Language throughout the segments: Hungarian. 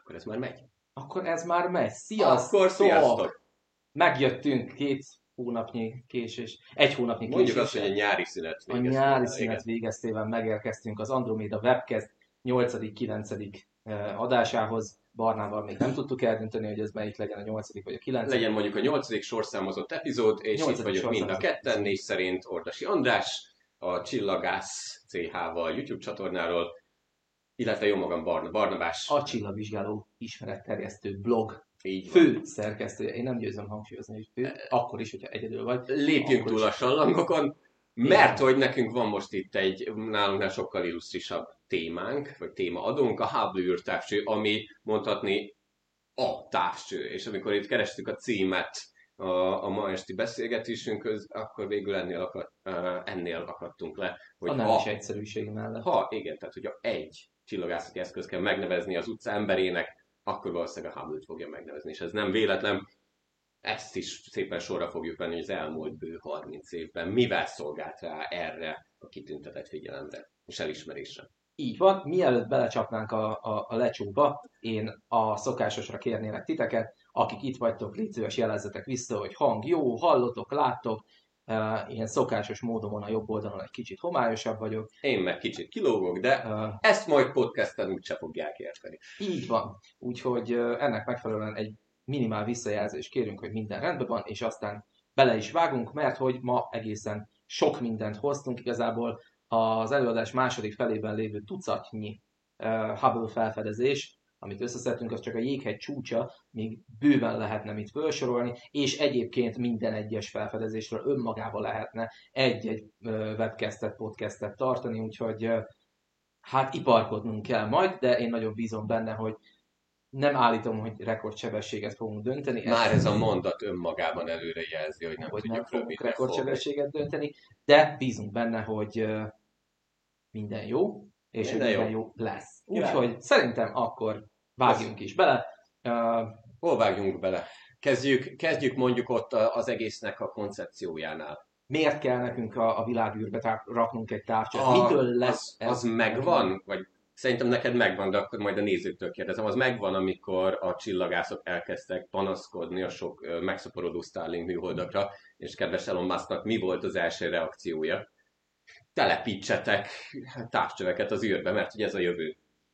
Akkor ez már megy. Akkor ez már megy. Akkor sziasztok! Megjöttünk 2 hónapnyi késés. 1 hónapnyi késés. Mondjuk azt, hogy a nyári szünet végeztével. A nyári szünet végeztével megérkeztünk az Andromeda Webcast 8.-9. adásához. Barnával még nem tudtuk eldönteni, hogy ez melyik legyen, a 8. vagy a 9. Legyen mondjuk a 8. sorszámozott epizód, és itt vagyok mind a ketten, név szerint Ordasi András, a Csillagász CH-val YouTube csatornáról, illetve jó magam Barnabás. A Csillagvizsgáló ismeretterjesztő blog így fő szerkesztője. Én nem győzöm hangsúlyozni, hogy fő, akkor is, hogyha egyedül vagy. Lépjünk túl a sallangokon, mert hogy nekünk van most itt egy nálunk sokkal illusztrisabb témánk, vagy témaadónk, a Hubble űrtávcső, ami mondhatni a távcső. És amikor itt kerestük a címet a ma esti beszélgetésünkhöz, akkor végül ennél akadtunk le. Hogy a nem is egyszerűség mellett. Igen, tehát hogyha egy csillagászati eszköz kell megnevezni az utca emberének, akkor valószínűleg a Hubble-t fogja megnevezni. És ez nem véletlen, ezt is szépen sorra fogjuk venni, hogy az elmúlt bő 30 évben mivel szolgált rá erre a kitüntetett figyelemre és elismerésre. Így van, mielőtt belecsapnánk a lecsóba, én a szokásosra kérnélek titeket, akik itt vagytok, légy szíves, jelezzetek vissza, hogy hang jó, hallotok, láttok. Ilyen szokásos módon a jobb oldalon egy kicsit homályosabb vagyok. Én meg kicsit kilógok, de ezt majd podcasten úgyse fogják érteni. Így van, úgyhogy ennek megfelelően egy minimál visszajelzést kérünk, hogy minden rendben van, és aztán bele is vágunk, mert hogy ma egészen sok mindent hoztunk, igazából az előadás második felében lévő tucatnyi Hubble felfedezés, amit összeszedtünk, az csak a jéghegy csúcsa, még bőven lehetne itt felsorolni, és egyébként minden egyes felfedezésről önmagában lehetne egy-egy webcastet, podcastet tartani, úgyhogy hát iparkodnunk kell majd, de én nagyon bízom benne, hogy nem állítom, hogy rekordsebességet fogunk dönteni. Már ez a mondat önmagában előre jelzi, hogy nem tudjuk fogunk rekordsebességet dönteni, de bízunk benne, hogy minden jó, és minden jó lesz. Úgyhogy szerintem akkor vágjunk is bele. Hol vágjunk bele? Kezdjük mondjuk ott az egésznek a koncepciójánál. Miért kell nekünk a világűrbe raknunk egy távcsőt? Mitől lesz az megvan? Vagy szerintem neked megvan, de akkor majd a nézőktől kérdezem. Az megvan, amikor a csillagászok elkezdtek panaszkodni a sok megszaporodó Starlink műholdakra, és kedves Elon Musknak mi volt az első reakciója? Telepítsetek távcsöveket az űrbe, mert ugye ez a jövő.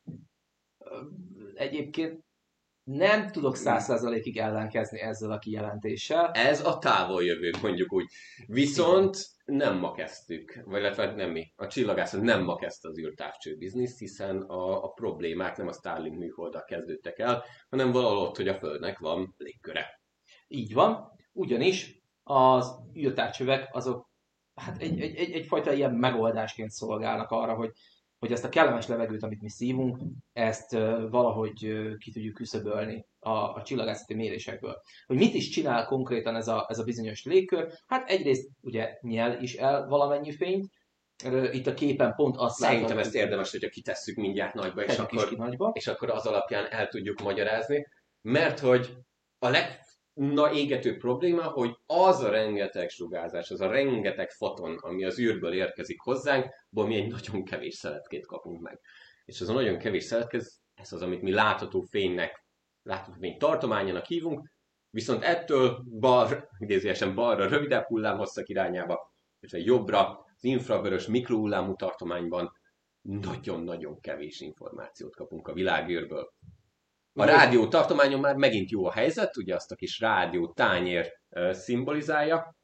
Egyébként nem tudok 100%-ig ellenkezni ezzel a kijelentéssel. Ez a távoljövő, mondjuk úgy. Viszont nem ma kezdtük, vagy illetve nem mi. A csillagászat nem ma kezdte az űrtávcső bizniszt, hiszen a problémák nem a Starlink műholddal kezdődtek el, hanem valahol ott, hogy a Földnek van légköre. Így van, ugyanis az űrtávcsövek azok hát egyfajta ilyen megoldásként szolgálnak arra, hogy ezt a kellemes levegőt, amit mi szívunk, ezt valahogy ki tudjuk küszöbölni a csillagászati mérésekből. Hogy mit is csinál konkrétan ez a bizonyos légkör? Hát egyrészt ugye nyel is el valamennyi fényt, itt a képen pont azt szerintem ezt érdemes, hogyha kitesszük mindjárt nagyba, és akkor az alapján el tudjuk magyarázni, mert hogy a égető probléma, hogy az a rengeteg sugárzás, az a rengeteg foton, ami az űrből érkezik hozzánk, abból mi egy nagyon kevés szeletkét kapunk meg. És az a nagyon kevés szeletke, ez az, amit mi látható fény tartományának hívunk, viszont ettől idézőjelesen balra rövidebb hullámhosszak irányába, és jobbra az infravörös mikrohullámú tartományban nagyon-nagyon kevés információt kapunk a világűrből. A rádió tartományon már megint jó a helyzet, ugye azt a kis rádió tányér szimbolizálja,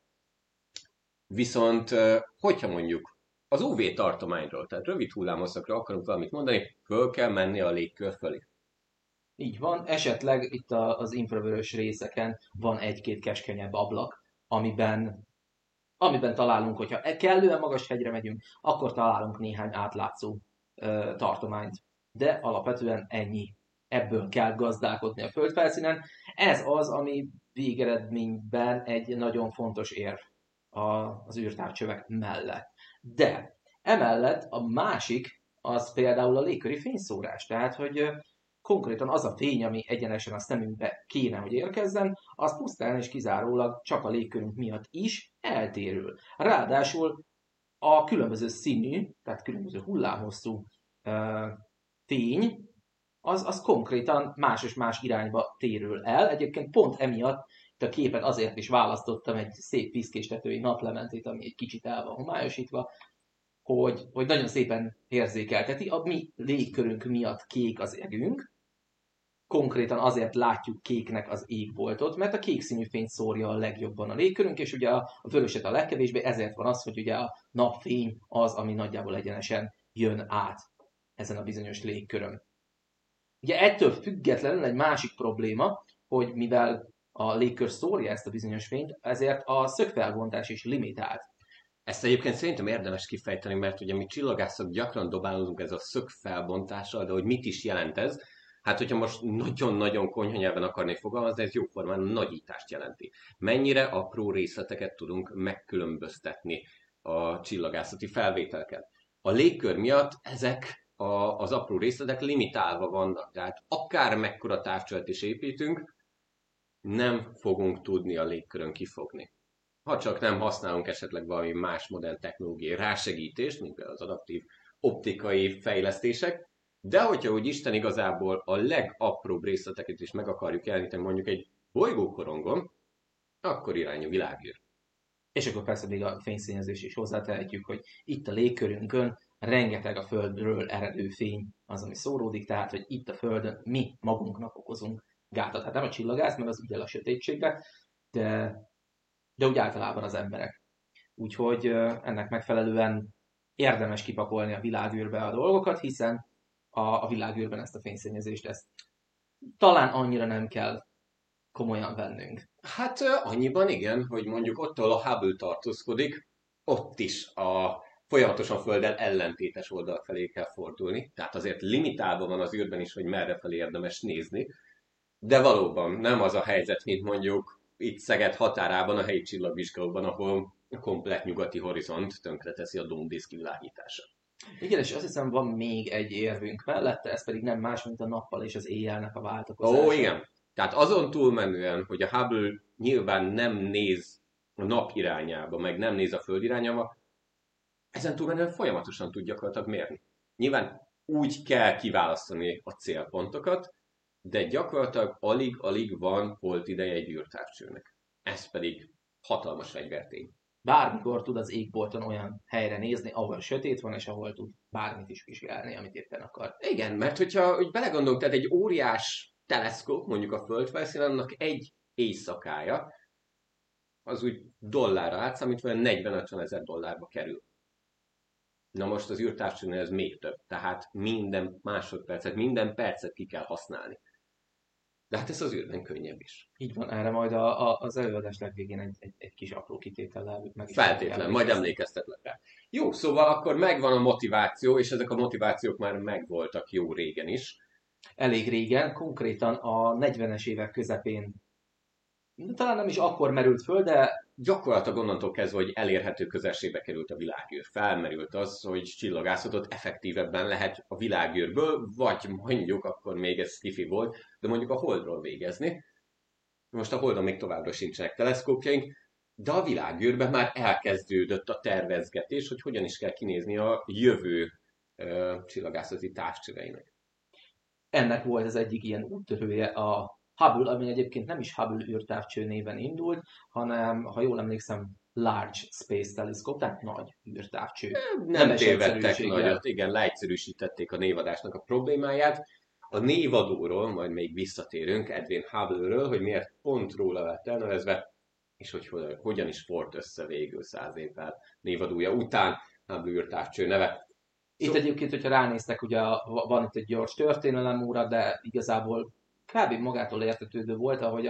viszont hogyha mondjuk az UV tartományról, tehát rövid hullámhosszakra akarunk valamit mondani, föl kell menni a légkör fölé. Így van, esetleg itt az infravörös részeken van egy-két keskenyebb ablak, amiben találunk, hogyha kellően magas hegyre megyünk, akkor találunk néhány átlátszó tartományt. De alapvetően ennyi. Ebből kell gazdálkodni a földfelszínen. Ez az, ami végeredményben egy nagyon fontos érv az űrtávcsövek mellett. De emellett a másik, az például a légköri fényszórás. Tehát, hogy konkrétan az a fény, ami egyenesen a szemünkbe kéne, hogy érkezzen, az pusztán és kizárólag csak a légkörünk miatt is eltérül. Ráadásul a különböző színű, tehát különböző hullámhosszú fény, az konkrétan más és más irányba térül el. Egyébként pont emiatt itt a képet azért is választottam, egy szép piszkéstetői naplementét, ami egy kicsit el van homályosítva, hogy nagyon szépen érzékelteti. A mi légkörünk miatt kék az egünk, konkrétan azért látjuk kéknek az égboltot, mert a kék színű fényt szórja a legjobban a légkörünk, és ugye a vöröset a legkevésbé, ezért van az, hogy ugye a napfény az, ami nagyjából egyenesen jön át ezen a bizonyos légkörön. Ugye ettől függetlenül egy másik probléma, hogy mivel a légkör szórja ezt a bizonyos fényt, ezért a szögfelbontás is limitált. Ezt egyébként szerintem érdemes kifejteni, mert ugye mi csillagászok gyakran dobálózunk ez a szögfelbontással, de hogy mit is jelent ez? Hát, hogyha most nagyon-nagyon konyha nyelven akarnék fogalmazni, ez jóformán nagyítást jelenti. Mennyire apró részleteket tudunk megkülönböztetni a csillagászati felvételeket. A légkör miatt ezek az apró részletek limitálva vannak, tehát akár mekkora távcsövet is építünk, nem fogunk tudni a légkörön kifogni. Ha csak nem használunk esetleg valami más modern technológiai rásegítést, mint az adaptív optikai fejlesztések, de hogyha úgy Isten igazából a legapróbb részleteket is meg akarjuk jeleníteni mondjuk egy bolygókorongon, akkor irány a világűr. És akkor persze még a fényszínezés is hozzátehetjük, hogy itt a légkörünkön rengeteg a Földről eredő fény az, ami szóródik, tehát hogy itt a Földön mi magunknak okozunk gátat. Hát nem a csillagász, mert az ügyel a sötétségbe, de úgy általában az emberek. Úgyhogy ennek megfelelően érdemes kipakolni a világűrbe a dolgokat, hiszen a világűrben ezt a fényszennyezést talán annyira nem kell komolyan vennünk. Hát annyiban igen, hogy mondjuk ott, ahol a Hubble tartózkodik, ott is a folyamatosan Földdel ellentétes oldal felé kell fordulni. Tehát azért limitálva van az űrben is, hogy merre felé érdemes nézni. De valóban nem az a helyzet, mint mondjuk itt Szeged határában, a helyi csillagvizsgálóban, ahol a komplet nyugati horizont tönkreteszi a dómdiszk világítása. Igen, és azt hiszem van még egy érvünk mellette, ez pedig nem más, mint a nappal és az éjjelnek a váltakozása. Ó, igen. Tehát azon túlmenően, hogy a Hubble nyilván nem néz a nap irányába, meg nem néz a Föld irányába, ezen túlmenően folyamatosan tud gyakorlatilag mérni. Nyilván úgy kell kiválasztani a célpontokat, de gyakorlatilag alig-alig van holt ideje egy űrtávcsőnek. Ez pedig hatalmas fegyvertény. Bármikor tud az égbolton olyan helyre nézni, ahol sötét van, és ahol tud bármit is vizsgálni, amit éppen akar. Igen, mert hogyha úgy belegondolunk, tehát egy óriás teleszkóp, mondjuk a földfelszínen, annak egy éjszakája, az úgy dollárra átszámítva 40-50 ezer dollárba kerül. Na most az űrtávcsőnél ez még több, tehát minden másodpercet, minden percet ki kell használni. De hát ez az űrben könnyebb is. Így van, erre majd az előadás legvégén egy kis apró kitétellel meg is. Feltétlen, majd emlékeztetlek rá. Jó, szóval akkor megvan a motiváció, és ezek a motivációk már megvoltak jó régen is. Elég régen, konkrétan a 40-es évek közepén, talán nem is akkor merült föl, de gyakorlatilag onnantól kezdve, hogy elérhető közelségbe került a világűr. Felmerült az, hogy csillagászatot effektívebben lehet a világűrből, vagy mondjuk, akkor még ez sci-fi volt, de mondjuk a Holdról végezni. Most a Holdon még továbbra sincsenek teleszkópjaink, de a világűrben már elkezdődött a tervezgetés, hogy hogyan is kell kinézni a jövő csillagászati távcsöveinek. Ennek volt az egyik ilyen úttörője a Hubble, ami egyébként nem is Hubble űrtávcső néven indult, hanem, ha jól emlékszem, Large Space Telescope, tehát nagy űrtávcső. Nem tévedtek nagyot, igen, leegyszerűsítették a névadásnak a problémáját. A névadóról majd még visszatérünk, Edwin Hubble-ről, hogy miért pont róla lett elnevezve, és hogy hogyan is fort össze végül 100 évvel névadója után Hubble űrtávcső neve. Itt egyébként, hogyha ránéztek, ugye van itt egy gyors történelemóra, de igazából kb. Magától értetődő volt, ahogy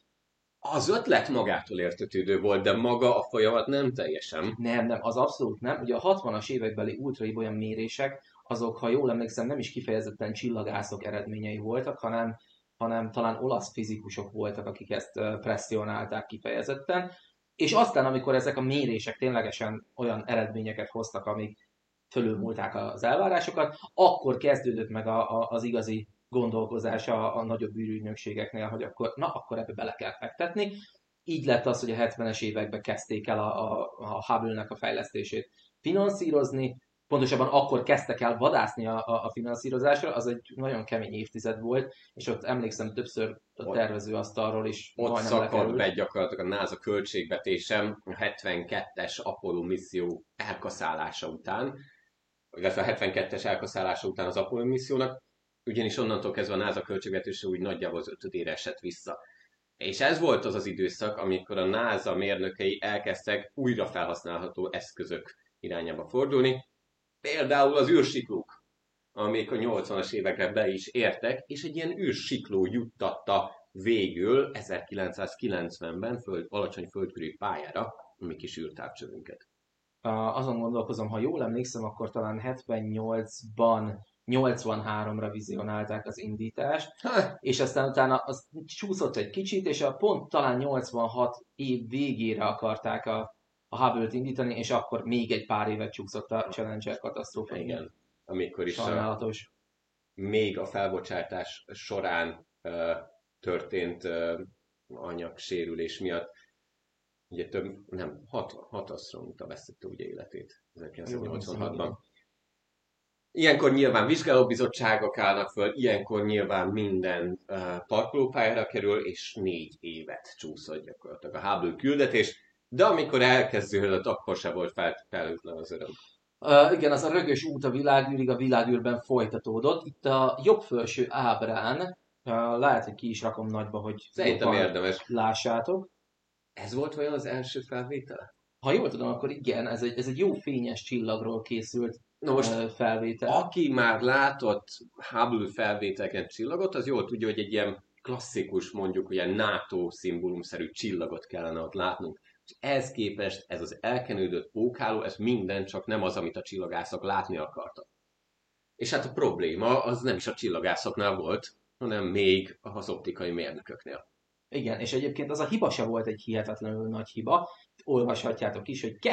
az ötlet magától értetődő volt, de maga a folyamat nem teljesen. Nem, az abszolút nem. Ugye a 60-as évekbeli ultraibolyan mérések, azok, ha jól emlékszem, nem is kifejezetten csillagászok eredményei voltak, hanem talán olasz fizikusok voltak, akik ezt presszionálták kifejezetten. És aztán, amikor ezek a mérések ténylegesen olyan eredményeket hoztak, amik fölülmúlták az elvárásokat, akkor kezdődött meg az igazi gondolkozás a nagyobb űrügynökségeknél, hogy akkor ebbe bele kell fektetni. Így lett az, hogy a 70-es években kezdték el a Hubble-nek a fejlesztését finanszírozni, pontosabban akkor kezdtek el vadászni a finanszírozásra, az egy nagyon kemény évtized volt, és ott emlékszem többször a tervezőasztalról is ott szakadt be gyakorlatilag a NASA költségvetésem a 72-es Apollo misszió elkaszálása után, illetve a 72-es elkaszálása után az Apollo missziónak, ugyanis onnantól kezdve a NASA költségvetése úgy nagyjából az ötödére esett vissza. És ez volt az az időszak, amikor a NASA mérnökei elkezdtek újra felhasználható eszközök irányába fordulni, például az űrsiklók, amik a 80-as évekre be is értek, és egy ilyen űrsikló juttatta végül 1990-ben alacsony földkörüli pályára a mi kis űrtávcsövünket. Azon gondolkozom, ha jól emlékszem, akkor talán 78-ban 83-ra vizionálták az indítást, és aztán utána az csúszott egy kicsit, és a pont talán 86 év végére akarták a Hubble-t indítani, és akkor még egy pár évet csúszott a Challenger katasztrófa. Igen, amikor is sajnálatos. Még a felbocsátás során történt anyagsérülés miatt, ugye hat asztronauta vesztette ugye életét 1986-ban. Ilyenkor nyilván vizsgálóbizottságok állnak föl, ilyenkor nyilván minden parkolópályára kerül, és 4 évet csúszott gyakorlatilag a Hubble küldetés, de amikor elkezdődött, akkor se volt felhőtlen az öröm. Igen, az a rögös út a világűrig a világűrben folytatódott. Itt a jobb felső ábrán, lehet, hogy ki is rakom nagyba, hogy szerintem érdemes. Lássátok. Ez volt olyan az első felvétel? Ha jól tudom, akkor igen, ez egy jó fényes csillagról készült felvétel. Aki már látott Hubble felvételeken csillagot, az jól tudja, hogy egy ilyen klasszikus, mondjuk ilyen NATO szimbólumszerű csillagot kellene ott látnunk. És ehhez képest ez az elkenődött pókháló, ez minden csak nem az, amit a csillagászok látni akartak. És hát a probléma az nem is a csillagászoknál volt, hanem még az optikai mérnököknél. Igen, és egyébként az a hiba se volt egy hihetetlenül nagy hiba. Olvashatjátok is, hogy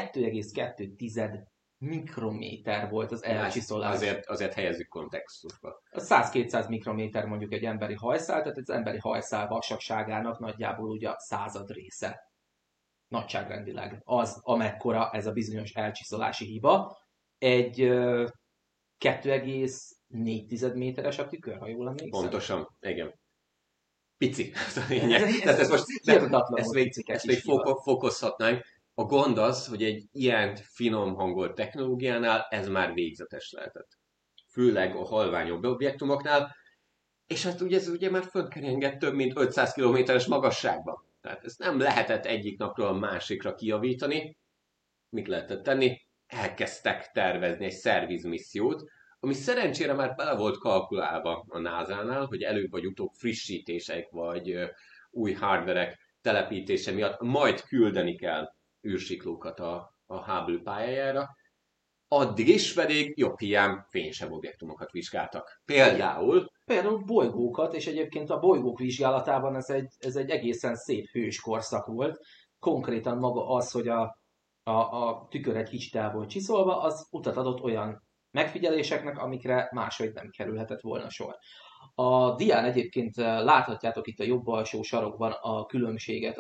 2,2 mikrométer volt az elcsiszolás. Azért helyezzük kontextusba. 100-200 mikrométer mondjuk egy emberi hajszál, tehát az emberi hajszál vasakságának nagyjából ugye a 100 része. Nagyságrendileg az, amekkora ez a bizonyos elcsiszolási hiba. Egy 2,4 méteres a tükör, ha jól emlékszem. Pontosan, igen. Pici. Ezt még fokozhatnánk. A gond az, hogy egy ilyen finom hangolt technológiánál ez már végzetes lehetett. Főleg a halványabb objektumoknál, és hát ugye ez ugye már fönnkerengett több mint 500 km-es magasságban. Tehát ezt nem lehetett egyik napról a másikra kijavítani. Mit lehetett tenni? Elkezdtek tervezni egy szervizmissziót, ami szerencsére már bele volt kalkulálva a NASA-nál, hogy előbb vagy utóbb frissítések vagy új hardverek telepítése miatt majd küldeni kell űrsiklókat a Hubble pályájára. Addig is pedig jobb hiány fénysebb objektumokat vizsgáltak. Például bolygókat, és egyébként a bolygók vizsgálatában ez egy egészen szép hőskorszak volt. Konkrétan maga az, hogy a tükör egy kicsit el volt csiszolva, az utat adott olyan megfigyeléseknek, amikre máshogy nem kerülhetett volna sor. A dián egyébként láthatjátok itt a jobb alsó sarokban a különbséget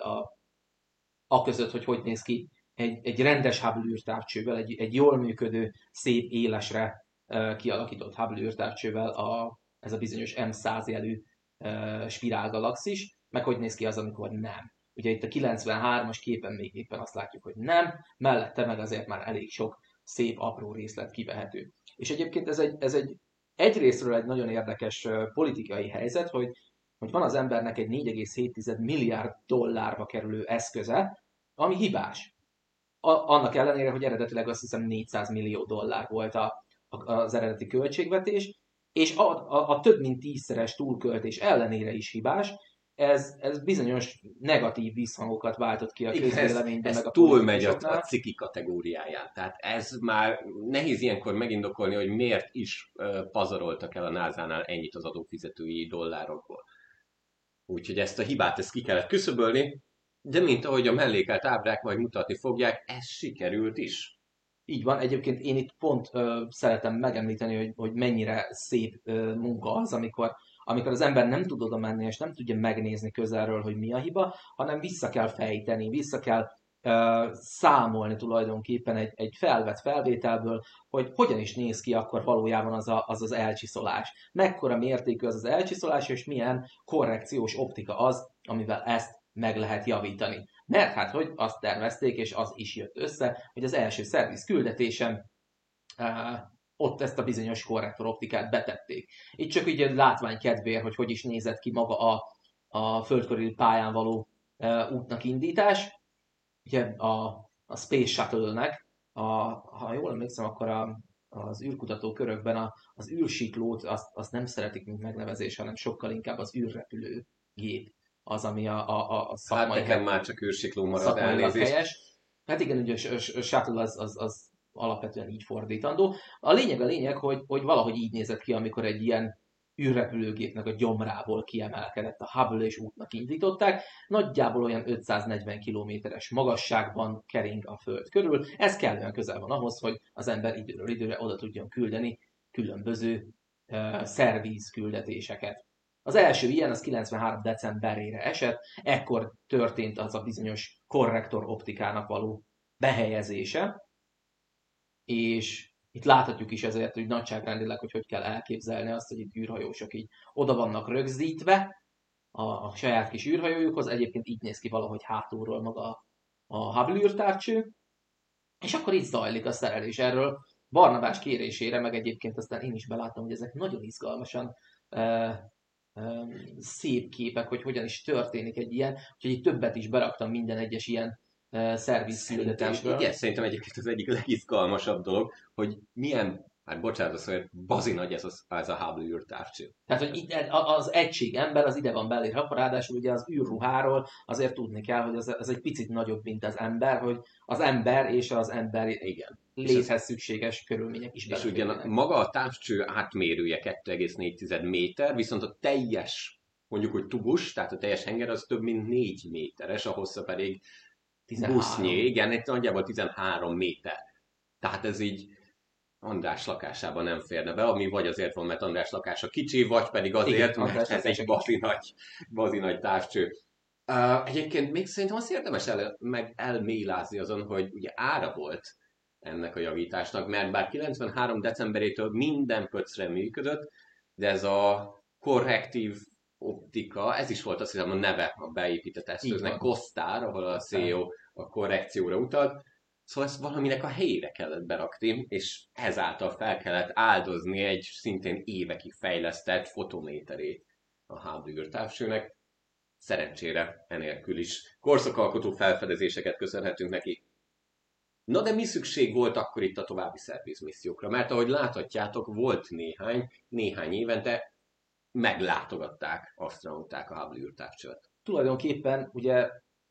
a között, hogy néz ki egy rendes Hubble űrtávcsővel, egy jól működő, szép, élesre kialakított Hubble űrtávcsővel ez a bizonyos M100 jelű spirálgalaxis, meg hogy néz ki az, amikor nem. Ugye itt a 93-as képen még éppen azt látjuk, hogy nem, mellette meg azért már elég sok szép, apró részlet kivehető. És egyébként ez egyrésztről egy nagyon érdekes politikai helyzet, hogy van az embernek egy 4,7 milliárd dollárba kerülő eszköze, ami hibás. Annak ellenére, hogy eredetileg azt hiszem 400 millió dollár volt az eredeti költségvetés, és a több mint 10-szeres túlköltés ellenére is hibás, ez bizonyos negatív visszhangokat váltott ki a közvéleményben. Ez túlmegy a ciki kategóriáján. Tehát ez már nehéz ilyenkor megindokolni, hogy miért is pazaroltak el a NASA-nál ennyit az adófizetői dollárokból. Úgyhogy ezt a hibát ki kellett küszöbölni, de mint ahogy a mellékelt ábrák majd mutatni fogják, ez sikerült is. Így van, egyébként én itt pont szeretem megemlíteni, hogy mennyire szép munka az, amikor az ember nem tud oda menni, és nem tudja megnézni közelről, hogy mi a hiba, hanem vissza kell fejteni, vissza kell számolni tulajdonképpen egy felvett felvételből, hogy hogyan is néz ki akkor valójában az elcsiszolás. Mekkora mértékű az elcsiszolás, és milyen korrekciós optika az, amivel ezt meg lehet javítani. Mert hát, hogy azt tervezték, és az is jött össze, hogy az első szerviz küldetésen ott ezt a bizonyos korrektor optikát betették. Itt csak így a látvány kedvéért, hogy is nézett ki maga a földkörüli pályán való útnak indítás. Ugye a Space Shuttle-nek, ha jól emlékszem, akkor az űrkutató körökben az űrsiklót azt nem szeretik, mint megnevezés, hanem sokkal inkább az űrrepülő gép az, ami a szakmai... Hát nekem már csak űrsikló marad, elnézést. Helyes. Hát igen, ugye a shuttle az alapvetően így fordítandó. A lényeg, hogy valahogy így nézett ki, amikor egy ilyen űrrepülőgépnek a gyomrából kiemelkedett a Hubble és útnak indították. Nagyjából olyan 540 kilométeres magasságban kering a Föld körül. Ez kellően közel van ahhoz, hogy az ember időről időre oda tudjon küldeni különböző szervíz küldetéseket. Az első ilyen az 93. decemberére esett, ekkor történt az a bizonyos korrektor optikának való behelyezése, és itt láthatjuk is ezért, hogy nagyságrendileg, hogy kell elképzelni azt, hogy itt űrhajósok így oda vannak rögzítve a saját kis űrhajójukhoz, egyébként így néz ki valahogy hátulról maga a Hubble űrtávcső, és akkor itt zajlik a szerelés. Erről Barnabás kérésére, meg egyébként aztán én is beláttam, hogy ezek nagyon izgalmasan szép képek, hogy hogyan is történik egy ilyen, úgyhogy itt többet is beraktam minden egyes ilyen szervizküldetésről. Igen, szerintem egyébként az egyik legizgalmasabb dolog, hogy milyen, hát bocsánat, szóval bazi nagy ez a Hubble űrtávcső. Tehát, hogy itt az egység ember az ide van belírva, ráadásul ugye az űrruháról azért tudni kell, hogy ez egy picit nagyobb, mint az ember, hogy az ember és az ember igen. léthez szükséges körülmények is és ugyan maga a távcső átmérője 2,4 méter, viszont a teljes, mondjuk, hogy tubus, tehát a teljes henger az több mint 4 méteres, a hossza pedig 13. Busznyé, igen, itt nagyjából 13 méter. Tehát ez így András lakásában nem férne be, ami vagy azért van, mert András lakása kicsi, vagy pedig azért, igen, mert ez egy bazi nagy távcső. Egyébként még szerintem azt érdemes elmélázni azon, hogy ugye ára volt ennek a javításnak, mert bár 93. decemberétől minden pöcre működött, de ez a korrektív optika, ez is volt azt hiszem a neve a beépített eszköznek, Kostár, ahol a CEO a korrekcióra utalt, szóval ezt valaminek a helyére kellett berakni, és ezáltal fel kellett áldozni egy szintén évekig fejlesztett fotométerét a Hubble űrtávcsőnek. Szerencsére enélkül is korszakalkotó felfedezéseket köszönhetünk neki. Na de mi szükség volt akkor itt a további szervizmissziókra? Mert ahogy láthatjátok, volt néhány évente meglátogatták asztronauták a Hubble űrtávcsőt. Tulajdonképpen ugye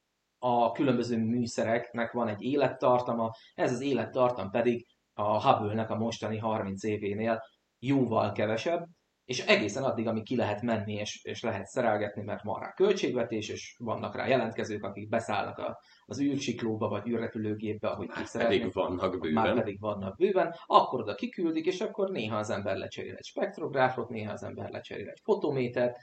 a különböző műszereknek van egy élettartama, ez az élettartam pedig a Hubble-nek a mostani 30 événél jóval kevesebb, és egészen addig, amíg ki lehet menni és lehet szerelgetni, mert van rá költségvetés, és vannak rá jelentkezők, akik beszállnak az űrsiklóba vagy űrrepülőgépbe, ahogy ki szeretnék. Már pedig vannak bőven, akkor oda kiküldik, és akkor néha az ember lecserél egy spektrográfot, néha az ember lecserél egy fotométert.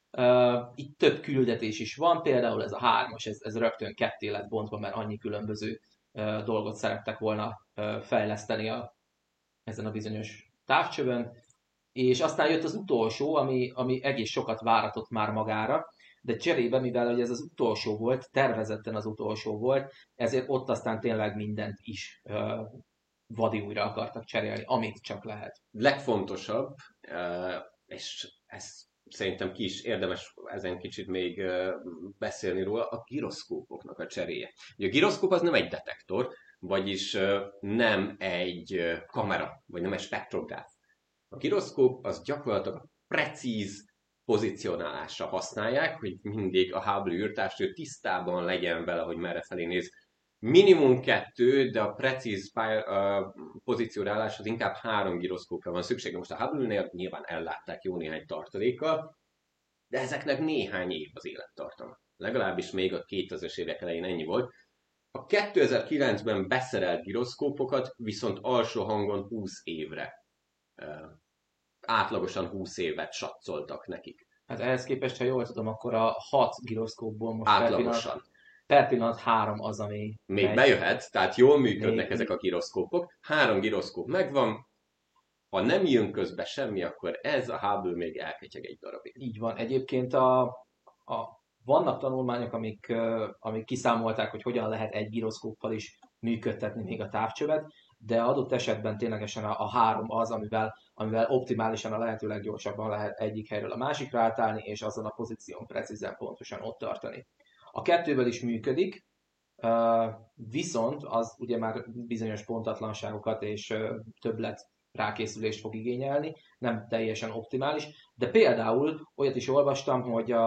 Itt több küldetés is van, például ez a 3-as, ez rögtön ketté lett bontva, mert annyi különböző dolgot szerettek volna fejleszteni ezen a bizonyos távcsövön. És aztán jött az utolsó, ami egész sokat váratott már magára, de cserébe, mivel hogy ez az utolsó volt, tervezetten az utolsó volt, ezért ott aztán tényleg mindent is vadi újra akartak cserélni, amit csak lehet. Legfontosabb, és ez szerintem ki is érdemes ezen kicsit még beszélni róla, a giroszkópoknak a cseréje. Ugye a giroszkóp az nem egy detektor, vagyis nem egy kamera, vagy nem egy spektrográf. A giroszkóp az gyakorlatilag precíz pozicionálásra használják, hogy mindig a Hubble űrtávcső tisztában legyen vele, hogy merre felé néz. Minimum 2, de a precíz pozicionáláshoz inkább 3 giroszkópra van szüksége. Most a Hubble-nél nyilván ellátták jó néhány tartalékkal, de ezeknek néhány év az élettartama. Legalábbis még a 2000-es évek elején ennyi volt. A 2009-ben beszerelt giroszkópokat viszont alsó hangon 20 évre. Átlagosan 20 évet satszoltak nekik. Hát ehhez képest, ha jól tudom, akkor a 6 giroszkópból most átlagosan. Per pillanat 3 az, ami még megy. bejöhet, tehát jól működnek ezek a giroszkópok. 3 giroszkóp megvan, ha nem jön közbe semmi, akkor ez a Hubble még elketyeg egy darabig. Így van. Egyébként vannak tanulmányok, amik kiszámolták, hogy hogyan lehet egy giroszkóppal is működtetni még a távcsövet, de adott esetben ténylegesen a 3 az, amivel optimálisan a lehető leggyorsabban lehet egyik helyről a másikra átállni, és azon a pozíción precízen pontosan ott tartani. A 2-vel is működik, viszont az ugye már bizonyos pontatlanságokat és többlet rákészülést fog igényelni, nem teljesen optimális, de például olyat is olvastam,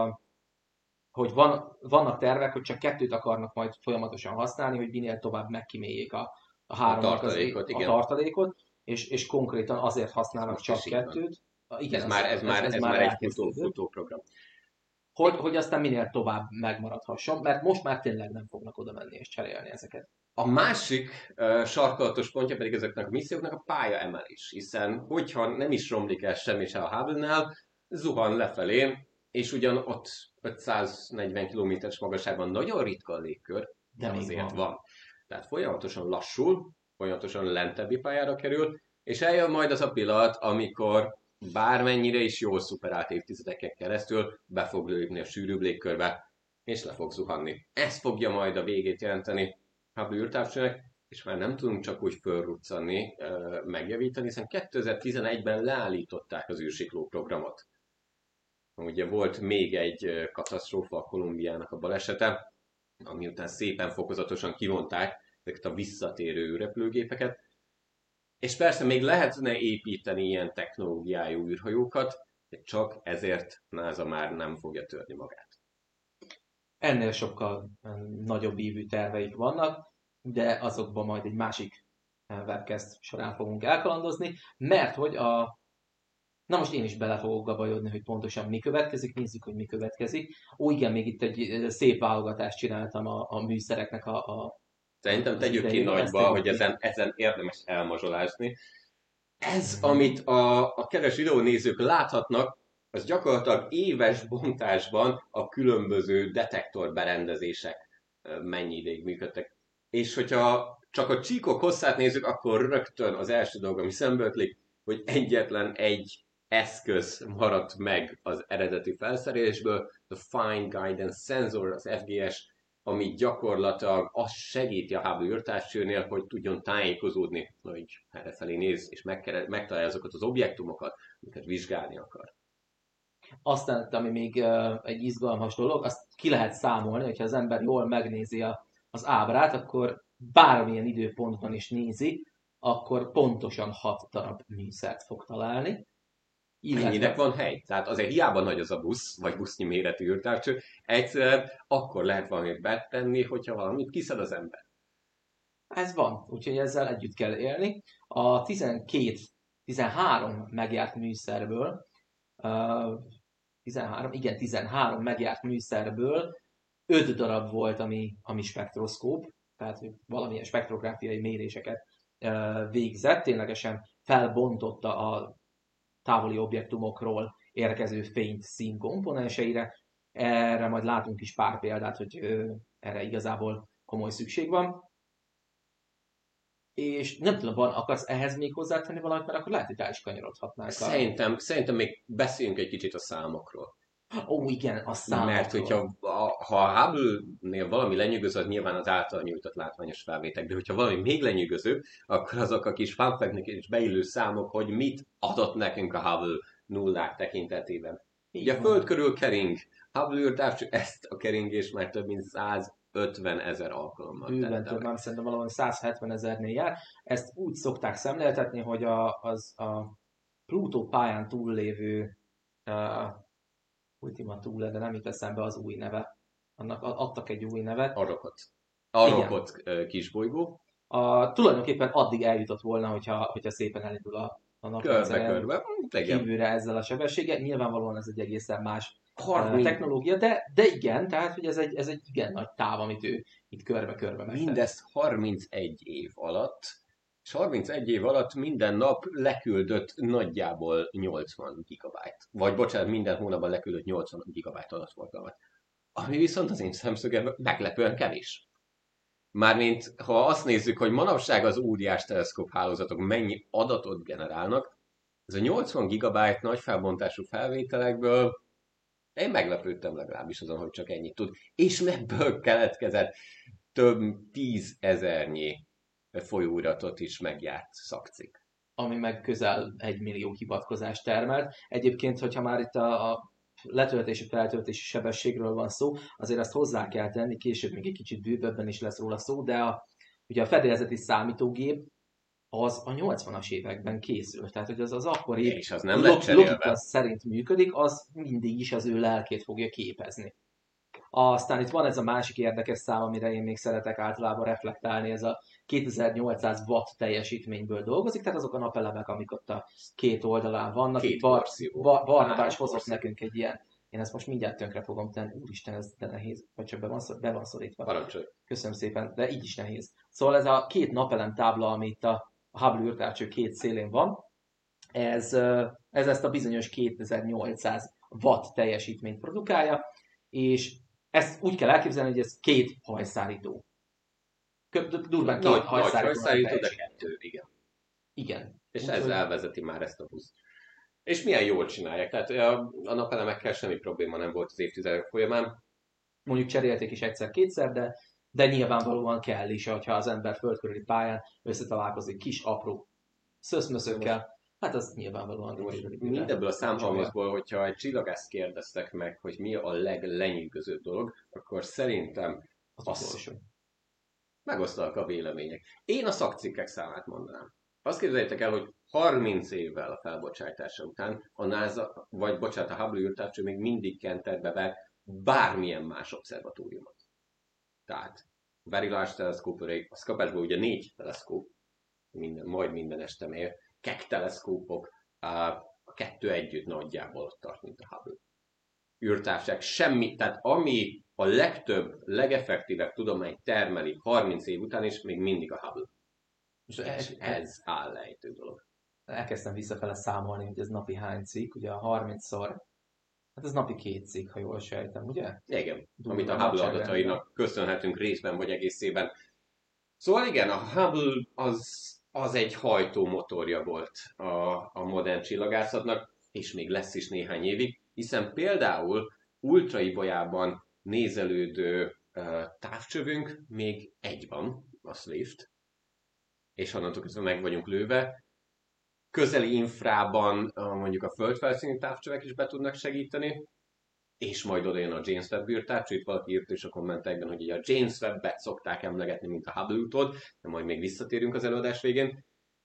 hogy vannak tervek, hogy csak 2 akarnak majd folyamatosan használni, hogy minél tovább megkíméljék a tartalékot, a tartalékot, és konkrétan azért használnak csak 2-t. Igen, ez már egy futó program. Hogy aztán minél tovább megmaradhasson, mert most már tényleg nem fognak oda menni és cserélni ezeket. A másik sarkalatos pontja pedig ezeknek a misszióknak a pályaemelés, hiszen hogyha nem is romlik el semmi se a Hubble-nál, zuhan lefelé, és ugyan ott 540 km-es magasságban nagyon ritka a légkör, de azért van. Tehát folyamatosan lassul, folyamatosan lentebbi pályára kerül, és eljön majd az a pillanat, amikor bármennyire is jól szuperált évtizedeken keresztül be fog lépni a sűrűbb légkörbe, és le fog zuhanni. Ez fogja majd a végét jelenteni Hubble űrtávcsőnek, és már nem tudunk csak úgy fölruccanni, megjavítani, hiszen 2011-ben leállították az űrsikló programot. Ugye volt még egy katasztrófa, a Kolumbiának a balesete, ami után szépen fokozatosan kivonták ezeket a visszatérő repülőgépeket, és persze még lehetne építeni ilyen technológiájú űrhajókat, de csak ezért NASA már nem fogja törni magát. Ennél sokkal nagyobb ívű terveik vannak, de azokban majd egy másik webcast során fogunk elkalandozni, mert hogy Na most én is bele fogok gabajodni, hogy pontosan mi következik, nézzük, hogy mi következik. Ó, igen, még itt egy szép válogatást csináltam a műszereknek Szerintem tegyük ki nagyba, hogy ezen érdemes elmazsolázni. Ez, amit a kedves videónézők láthatnak, az gyakorlatilag éves bontásban a különböző detektor berendezések mennyi ideig működtek. És hogyha csak a csíkok hosszát nézzük, akkor rögtön az első dolog, ami szembe ötlik, hogy egyetlen egy eszköz maradt meg az eredeti felszerelésből, a Fine Guidance Sensor, az FGS, ami gyakorlatilag azt segíti a Hubble űrtávcsőnél, hogy tudjon tájékozódni, hogy errefelé néz, és megtalálja azokat az objektumokat, amiket vizsgálni akar. Aztán, ami még egy izgalmas dolog, azt ki lehet számolni, hogyha az ember jól megnézi az ábrát, akkor bármilyen időpontban is nézi, akkor pontosan 6 darab műszert fog találni. Ennyinek van hely. Tehát azért hiába nagy az a busz, vagy busznyi méretű űrtávcső, egyszerűen akkor lehet valamit betenni, hogyha valamit kiszed az ember. Ez van, úgyhogy ezzel együtt kell élni. A 13 megjárt műszerből, 13 megjárt műszerből 5 darab volt, ami spektroszkóp, tehát valamilyen spektrográfiai méréseket végzett, ténylegesen felbontotta a távoli objektumokról érkező fényt színkomponenseire. Erre majd látunk is pár példát, hogy erre igazából komoly szükség van. És nem tudom, akarsz ehhez még hozzátenni valamit, mert akkor lehet, hogy rá is kanyarodhatnánk. Szerintem még beszéljünk egy kicsit a számokról. Ó, igen, a számokról. Mert hogyha ha a Hubble-nél valami lenyűgöző, az nyilván az által nyújtott látványos felvétek, de hogyha valami még lenyűgözőbb, akkor azok a kis fanfeknek is beillő számok, hogy mit adott nekünk a Hubble nullák tekintetében. Ugye a Föld körül kering, Hubble űrtávcső ezt a keringést már több mint 150 000 alkalommal bőven több, nem szerintem valami 170 000-nél jár. Ezt úgy szokták szemléltetni, hogy a Plutó pályán túllévő Ultima Thule, de nem jut eszembe az új neve. Annak adtak egy új nevet. Arrokoth kisbolygó. Tulajdonképpen addig eljutott volna, hogyha szépen elindul a naprendszer kívülre ezzel a sebességgel. Nyilvánvalóan ez egy egészen más technológia, de igen, tehát hogy ez egy igen nagy táv, amit ő itt körbe-körbe megtett. Mindezt 31 év alatt, és 31 év alatt minden nap leküldött nagyjából 80 gigabyte. Vagy bocsánat, minden hónapban leküldött 80 gigabyte adatforgalmat. ami viszont az én szemszögemben meglepően kevés. Mármint, ha azt nézzük, hogy manapság az óriás teleszkóp hálózatok mennyi adatot generálnak, ez a 80 gigabyte nagy felbontású felvételekből én meglepődtem legalábbis azon, hogy csak ennyit tud. És ebből keletkezett több 10 000 folyóiratot is megjárt szakcikk. Ami meg közel 1 millió hivatkozást termelt. Egyébként, hogyha már itt a letöltési-feltöltési sebességről van szó, azért azt hozzá kell tenni, később még egy kicsit bővebben is lesz róla szó, de ugye a fedélzeti számítógép az a 80-as években készült. Tehát, hogy az akkori és az nem lett logika szerint működik, az mindig is az ő lelkét fogja képezni. Aztán itt van ez a másik érdekes szám, amire én még szeretek általában reflektálni, ez a 2800 watt teljesítményből dolgozik, tehát azok a napelemek, amik ott a két oldalán vannak. Két Barnabás hozott nekünk egy ilyen, én ezt most mindjárt tönkre fogom tenni, úristen, ez de nehéz, vagy csak be van szorítva. Parancsolj. Köszönöm szépen, de így is nehéz. Szóval ez a két napelem tábla, ami itt a Hubble űrtávcső két szélén van, ez ezt a bizonyos 2800 watt teljesítményt produkálja, és ezt úgy kell elképzelni, hogy ez két hajszárító. Durván két hajszárító, de kettő, igen. Igen. És ez elvezeti már ezt a busz. És milyen jól csinálják. Tehát a napelemekkel semmi probléma nem volt az évtizedek folyamán. Mondjuk cserélték is egyszer-kétszer, de nyilvánvalóan kell is, hogyha az ember földkörüli pályán összetalálkozik kis, apró szöszmöszökkel. Hát az nyilvánvalóan... Mindebből a számhalmazból, hogyha egy csillagászt kérdeztek meg, hogy mi a leglenyűgözőbb dolog, akkor szerintem az megosztanak a vélemények. Én a szakcikkek számát mondanám. Azt képzeljétek el, hogy 30 évvel a felbocsátása után a NASA, vagy bocsánat, a Hubble űrtávcső még mindig kenterbe ver bármilyen más obszervatóriumot. Tehát Very Large Telescope Array, a kapásból ugye 4 teleszkóp, majd minden este mér, Keck teleszkópok, a kettő együtt nagyjából ott tart, mint a Hubble. Űrtávság, semmi, tehát ami a legtöbb, legeffektívebb tudományt termeli 30 év után is, még mindig a Hubble. És ez állejtő dolog. Elkezdtem visszafele számolni, hogy ez napi hány cikk, ugye a 30-szor, hát ez napi 2 cikk, ha jól sejtem, ugye? Igen, amit a Hubble adatainak köszönhetünk részben vagy egészében. Szóval igen, a Hubble az egy hajtómotorja volt a modern csillagászatnak, és még lesz is néhány évig, hiszen például ultraibolyában nézelődő távcsövünk még egy van, a Swift, és onnantól kezdve meg vagyunk lőve. Közeli infrában mondjuk a földfelszíni távcsövek is be tudnak segíteni, és majd oda jön a James Webb űrtávcső. Itt valaki írt is a kommentekben, hogy a James Webb-et szokták emlegetni, mint a Hubble utód, de majd még visszatérünk az előadás végén.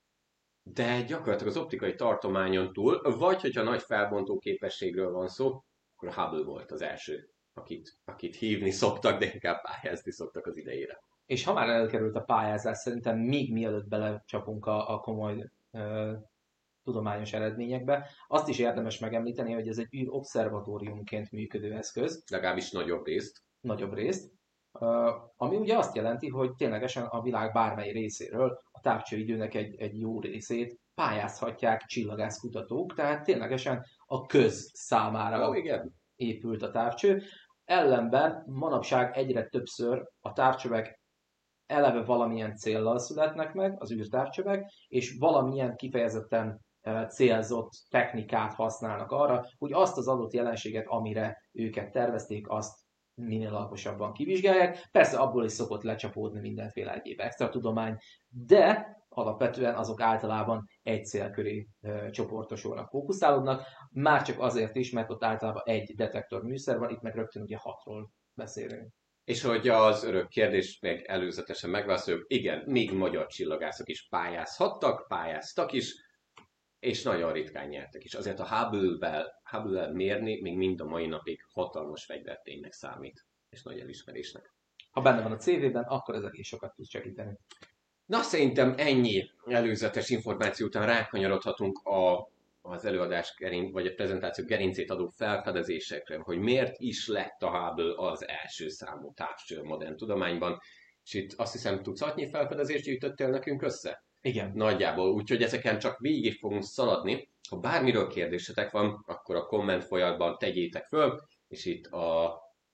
De gyakorlatilag az optikai tartományon túl, vagy hogyha nagy felbontó képességről van szó, akkor a Hubble volt az első, akit hívni szoktak, de inkább pályázni szoktak az idejére. És ha már elkerült a pályázás, szerintem még mielőtt belecsapunk a komoly tudományos eredményekbe, azt is érdemes megemlíteni, hogy ez egy űrobszervatóriumként működő eszköz. Legalábbis nagyobb részt. Nagyobb részt. Ami ugye azt jelenti, hogy ténylegesen a világ bármely részéről a távcsőidőnek egy jó részét pályázhatják csillagászkutatók, tehát ténylegesen a köz számára épült a távcső. Ellenben manapság egyre többször a távcsövek eleve valamilyen céllal születnek meg, az űrtávcsövek, és valamilyen kifejezetten célzott technikát használnak arra, hogy azt az adott jelenséget, amire őket tervezték, azt minél alaposabban kivizsgálják. Persze abból is szokott lecsapódni mindenféle egyéb extra tudomány, de alapvetően azok általában egy cél köré csoportosulnak, fókuszálódnak, már csak azért is, mert ott általában egy detektor műszer van, itt meg rögtön ugye 6-ról beszélünk. És hogy az örök kérdés meg előzetesen megválaszoljuk, igen, még magyar csillagászok is pályáztak is, és nagyon ritkán nyertek is. Azért a Hubble-vel mérni még mind a mai napig hatalmas fegyverténynek számít, és nagy elismerésnek. Ha benne van a CV-ben, akkor ez egész sokat tud segíteni. Na, szerintem ennyi előzetes információ után rákanyarodhatunk az előadás vagy a prezentáció gerincét adó felfedezésekre, hogy miért is lett a Hubble az első számú távcső modern tudományban. És itt azt hiszem, tucatnyi felfedezést gyűjtöttél nekünk össze? Igen. Nagyjából, úgyhogy ezeken csak végig fogunk szaladni. Ha bármiről kérdésetek van, akkor a komment folyamban tegyétek föl, és itt a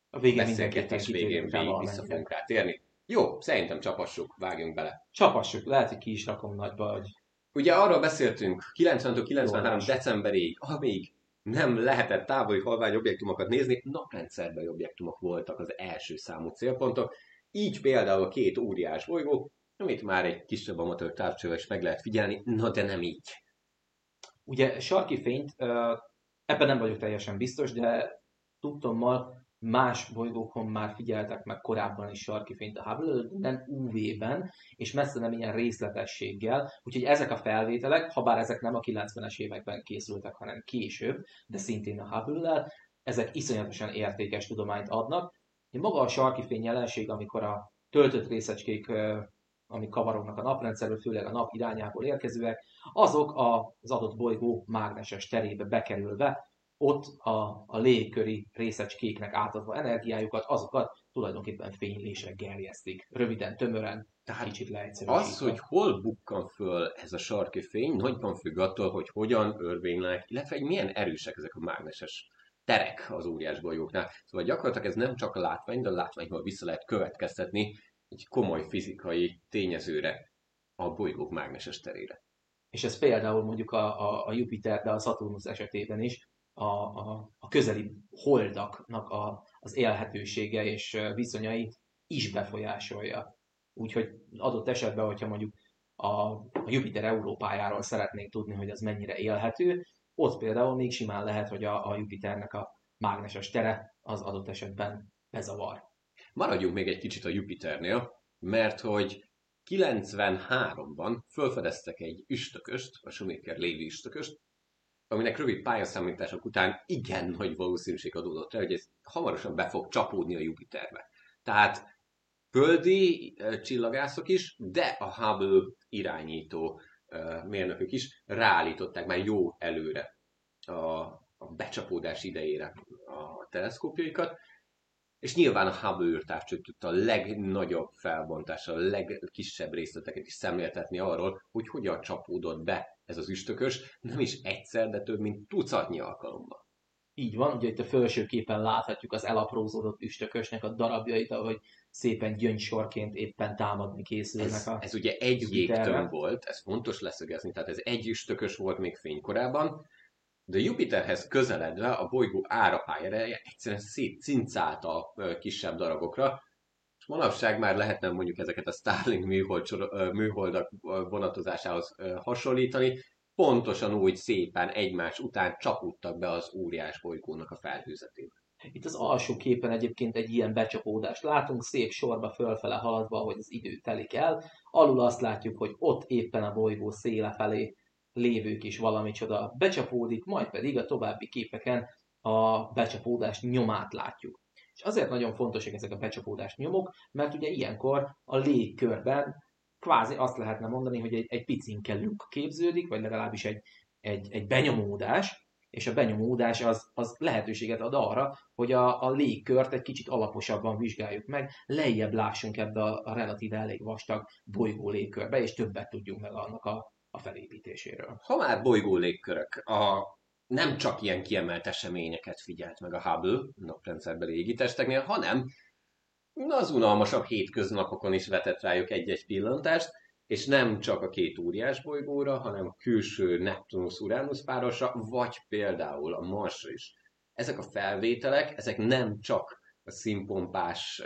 A végén beszélgetés végén vissza fogunk rá térni. Jó, szerintem csapassuk, vágjunk bele. Csapassuk, lehet, hogy ki is rakom nagyba, hogy... Ugye arról beszéltünk 90-93 decemberig, amíg nem lehetett távoli halvány objektumokat nézni, naprendszerbeli objektumok voltak az első számú célpontok, így például a két óriás bolygó, amit már egy kisebb amatőr távcsővel is meg lehet figyelni, na de nem így. Ugye sarki fényt, ebben nem vagyok teljesen biztos, de tudtommal más bolygókon már figyeltek meg korábban is sarki fényt a Hubble, nem UV-ben, és messze nem ilyen részletességgel, úgyhogy ezek a felvételek, ha bár ezek nem a 90-es években készültek, hanem később, de szintén a Hubble-lel, ezek iszonyatosan értékes tudományt adnak. Maga a sarki fény jelenség, amikor a töltött részecskék, amik kavarognak a naprendszerből, főleg a nap irányából érkezőek, azok az adott bolygó mágneses terébe bekerülve, ott a légköri részecskéknek átadva energiájukat, azokat tulajdonképpen fénylésre gerjesztik. Röviden, tömören, tehát kicsit leegyszerűsítve. Az, hogy hol bukkan föl ez a sarki fény, nagyban függ attól, hogy hogyan örvénylenek, illetve hogy milyen erősek ezek a mágneses terek az óriás bolygóknál. Szóval gyakorlatilag ez nem csak a látvány, de a látványból vissza lehet következtetni egy komoly fizikai tényezőre, a bolygók mágneses terére. És ez például mondjuk a Jupiter, de a Saturnus esetében is a közeli holdaknak az élhetősége és viszonyait is befolyásolja. Úgyhogy adott esetben, hogyha mondjuk a Jupiter Európájáról szeretnénk tudni, hogy az mennyire élhető, ott például még simán lehet, hogy a Jupiternek a mágneses tere az adott esetben bezavar. Maradjunk még egy kicsit a Jupiternél, mert hogy 93-ban felfedeztek egy üstököst, a Shoemaker-Levy üstököst, aminek rövid pályaszámítások után igen nagy valószínűség adódott rá, hogy ez hamarosan be fog csapódni a Jupiterbe. Tehát földi csillagászok is, de a Hubble irányító mérnökök is ráállították már jó előre a becsapódás idejére a teleszkópjaikat, és nyilván a Hubble űrtávcső tudta a legnagyobb felbontással, a legkisebb részleteket is szemléltetni arról, hogy hogyan csapódott be ez az üstökös, nem is egyszer, de több mint tucatnyi alkalommal. Így van, ugye itt a felső képen láthatjuk az elaprózódott üstökösnek a darabjait, ahogy szépen gyöngysorként éppen támadni készülnek ez ugye egy jégtömb volt, ez fontos leszögezni, tehát ez egy üstökös volt még fénykorában, de Jupiterhez közeledve a bolygó árapályereje egyszerűen szétcincálta a kisebb darabokra, és manapság már lehetne mondjuk ezeket a Starlink műholdak vonatozásához hasonlítani, pontosan úgy szépen egymás után csapódtak be az óriás bolygónak a felhőzetébe. Itt az alsó képen egyébként egy ilyen becsapódást látunk, szép sorba fölfele haladva, ahogy az idő telik el. Alul azt látjuk, hogy ott éppen a bolygó széle felé lévő kis valamicsoda becsapódik, majd pedig a további képeken a becsapódás nyomát látjuk. És azért nagyon fontosak ezek a becsapódás nyomok, mert ugye ilyenkor a légkörben kvázi azt lehetne mondani, hogy egy picinke luk képződik, vagy legalábbis egy benyomódás, és a benyomódás az lehetőséget ad arra, hogy a légkört egy kicsit alaposabban vizsgáljuk meg, lejjebb lássunk ebbe a relatíve elég vastag bolygó légkörbe, és többet tudjunk meg annak a felépítéséről. Ha már bolygó légkörök, nem csak ilyen kiemelt eseményeket figyelt meg a Hubble naprendszerbeli égitesteknél, hanem az unalmasabb hétköznapokon is vetett rájuk egy-egy pillantást, és nem csak a két óriás bolygóra, hanem a külső Neptunus-Uranus párosra, vagy például a Marsra is. Ezek a felvételek, ezek nem csak a színpompás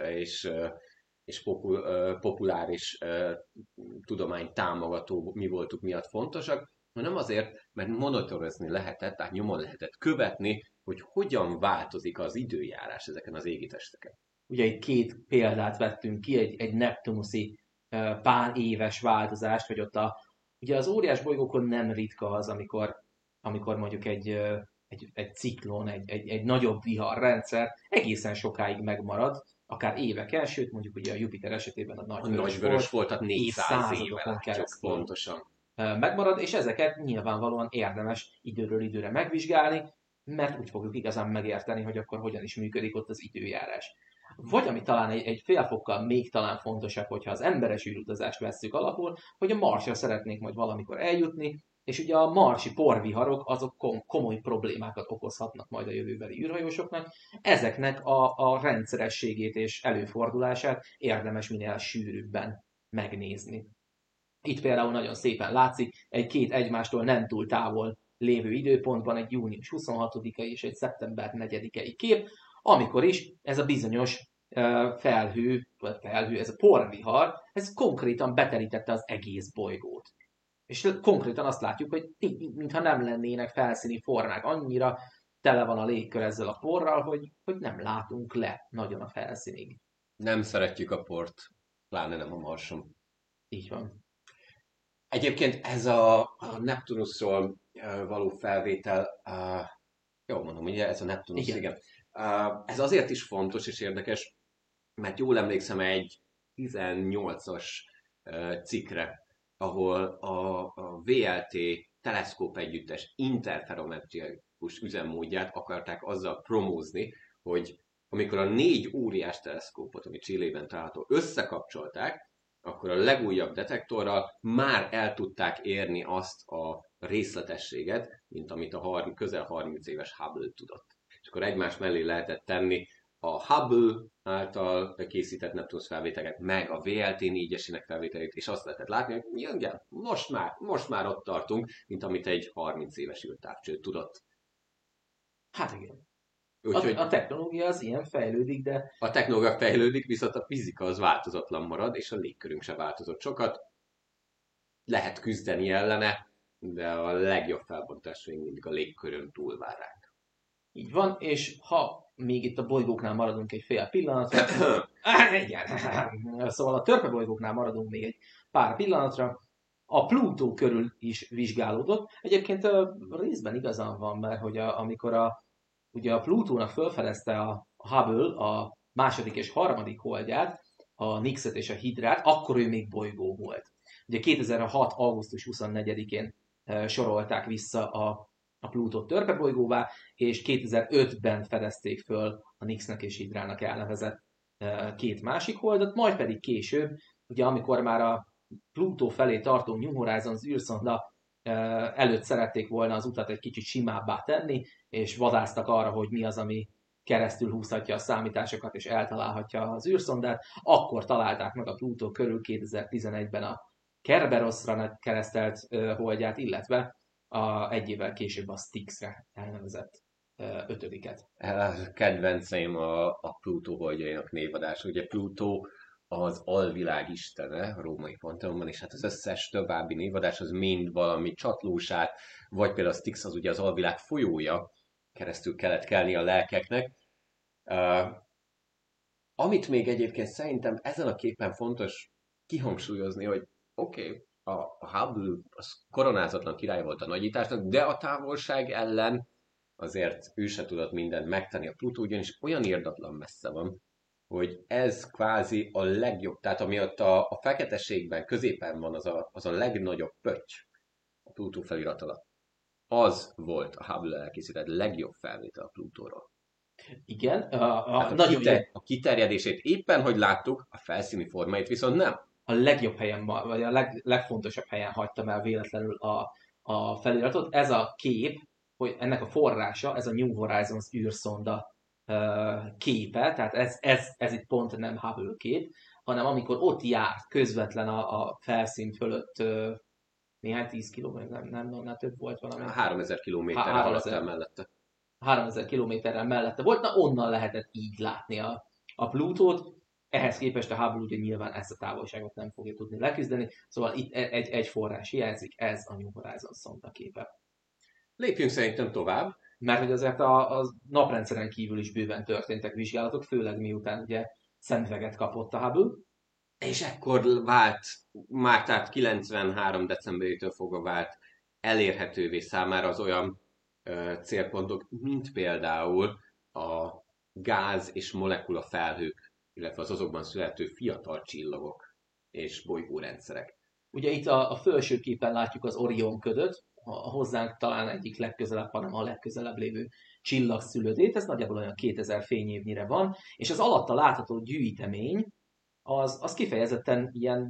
és populáris tudomány támogató mi voltuk miatt fontosak, hanem azért, mert monitorozni lehetett, tehát nyomon lehetett követni, hogy hogyan változik az időjárás ezeken az égitesteken. Ugye itt két példát vettünk ki, egy neptunusi pár éves változást, hogy ott ugye az óriás bolygókon nem ritka az, amikor mondjuk egy ciklon, egy nagyobb viharrendszer egészen sokáig megmarad, akár éveken, sőt mondjuk ugye a Jupiter esetében a nagyvörös volt, tehát 400 éve keresztül pontosan megmarad, és ezeket nyilvánvalóan érdemes időről időre megvizsgálni, mert úgy fogjuk igazán megérteni, hogy akkor hogyan is működik ott az időjárás. Vagy ami talán egy fél fokkal még talán fontosabb, hogyha az emberes űrutazást vesszük alapul, hogy a Marsra szeretnék majd valamikor eljutni, és ugye a marsi porviharok azok komoly problémákat okozhatnak majd a jövőbeli űrhajósoknak. Ezeknek a rendszerességét és előfordulását érdemes minél sűrűbben megnézni. Itt például nagyon szépen látszik két egymástól nem túl távol lévő időpontban egy június 26-ai és egy szeptember 4-ei kép, amikor is ez a bizonyos felhő, ez a porvihar, ez konkrétan beterítette az egész bolygót. És konkrétan azt látjuk, hogy mintha nem lennének felszíni formák, annyira tele van a légkör ezzel a porral, hogy nem látunk le nagyon a felszínig. Nem szeretjük a port, pláne nem a Marson. Így van. Egyébként ez a Neptunusról való felvétel, jól mondom, ugye ez a Neptunus, igen. Ez azért is fontos és érdekes, mert jól emlékszem egy 18-as cikkre, ahol a VLT teleszkóp együttes interferometrikus üzemmódját akarták azzal promózni, hogy amikor a 4 óriás teleszkópot, ami Chilében található, összekapcsolták, akkor a legújabb detektorral már el tudták érni azt a részletességet, mint amit a közel 30 éves Hubble tudott. És akkor egymás mellé lehetett tenni a Hubble által készített Neptunus felvételeket, meg a VLT 4-esének felvételét, és azt lehetett látni, hogy igen, most már ott tartunk, mint amit egy 30 éves űrtávcső tudott. Hát igen. Úgyhogy a technológia az ilyen fejlődik, de... A technológia fejlődik, viszont a fizika az változatlan marad, és a légkörünk se változott sokat. Lehet küzdeni ellene, de a legjobb felbontás még mindig a légkörön túl vár ránk. Így van, és ha még itt a bolygóknál maradunk egy fél pillanatra... Igen. Szóval a törpebolygóknál maradunk még egy pár pillanatra. A Plutó körül is vizsgálódott. Egyébként részben igazán van, mert hogy amikor ugye a Plutónak felfedezte a Hubble a második és harmadik holdját, a Nixet és a Hydrát, akkor ő még bolygó volt. Ugye 2006. augusztus 24-én sorolták vissza a Plutót törpebolygóvá, és 2005-ben fedezték föl a Nixnek és Hydrának elnevezett két másik holdat, majd pedig később, ugye amikor már a Plutó felé tartó New Horizons űrszonda előtt szerették volna az utat egy kicsit simábbá tenni, és vadásztak arra, hogy mi az, ami keresztül húzhatja a számításokat, és eltalálhatja az űrszondát. Akkor találták meg a Plutó körül 2011-ben a Kerberosra keresztelt holdját, illetve egy évvel később a Styxre elnevezett ötödiket. Kedvenceim a Plutó holdjainak névadása. Ugye Plutó az alvilág istene a római panteonban, és hát az összes további névadás az mind valami csatlósát, vagy például a Styx az ugye az alvilág folyója, keresztül kellett kelni a lelkeknek. Amit még egyébként szerintem ezen a képen fontos kihangsúlyozni, hogy oké, a Hubble az koronázatlan király volt a nagyításnak, de a távolság ellen azért ő se tudott mindent megtenni. A Plutó ugyanis olyan irdatlan messze van, hogy ez kvázi a legjobb, tehát amiatt a feketeségben középen van az a legnagyobb pötty a Plutó felirat alatt. Az volt a Hubble elkészített legjobb felvétel a Plutóról. Igen. A kiterjedését éppen, hogy láttuk, a felszíni formáit viszont nem. A legjobb helyen, vagy a legfontosabb helyen hagytam el véletlenül a feliratot. Ez a kép, hogy ennek a forrása, ez a New Horizons űrszonda képe, tehát ez itt pont nem Hubble kép, hanem amikor ott járt közvetlen a felszín fölött néhány 10 kilométer, nem több volt valami. 3000 kilométerre haladt el mellette. 3000 kilométerrel mellette volt, na onnan lehetett így látni a Plutót. Ehhez képest a Hubble ugye nyilván ezt a távolságot nem fogja tudni leküzdeni, szóval itt egy forrás hiányzik, ez a New Horizons szonda képe. Lépjünk szerintem tovább. Mert hogy azért a naprendszeren kívül is bőven történtek vizsgálatok, főleg miután ugye szemüveget kapott a Hubble. És ekkor vált, már tehát 93. decemberétől fogva vált elérhetővé számára az olyan célpontok, mint például a gáz és molekula felhők, illetve az azokban születő fiatal csillagok és bolygórendszerek. Ugye itt a felső képen látjuk az Orion ködöt, a hozzánk talán egyik legközelebb, hanem a legközelebb lévő csillagszülődét, ez nagyjából olyan 2000 fényévnyire van, és az alatta látható gyűjtemény, az kifejezetten ilyen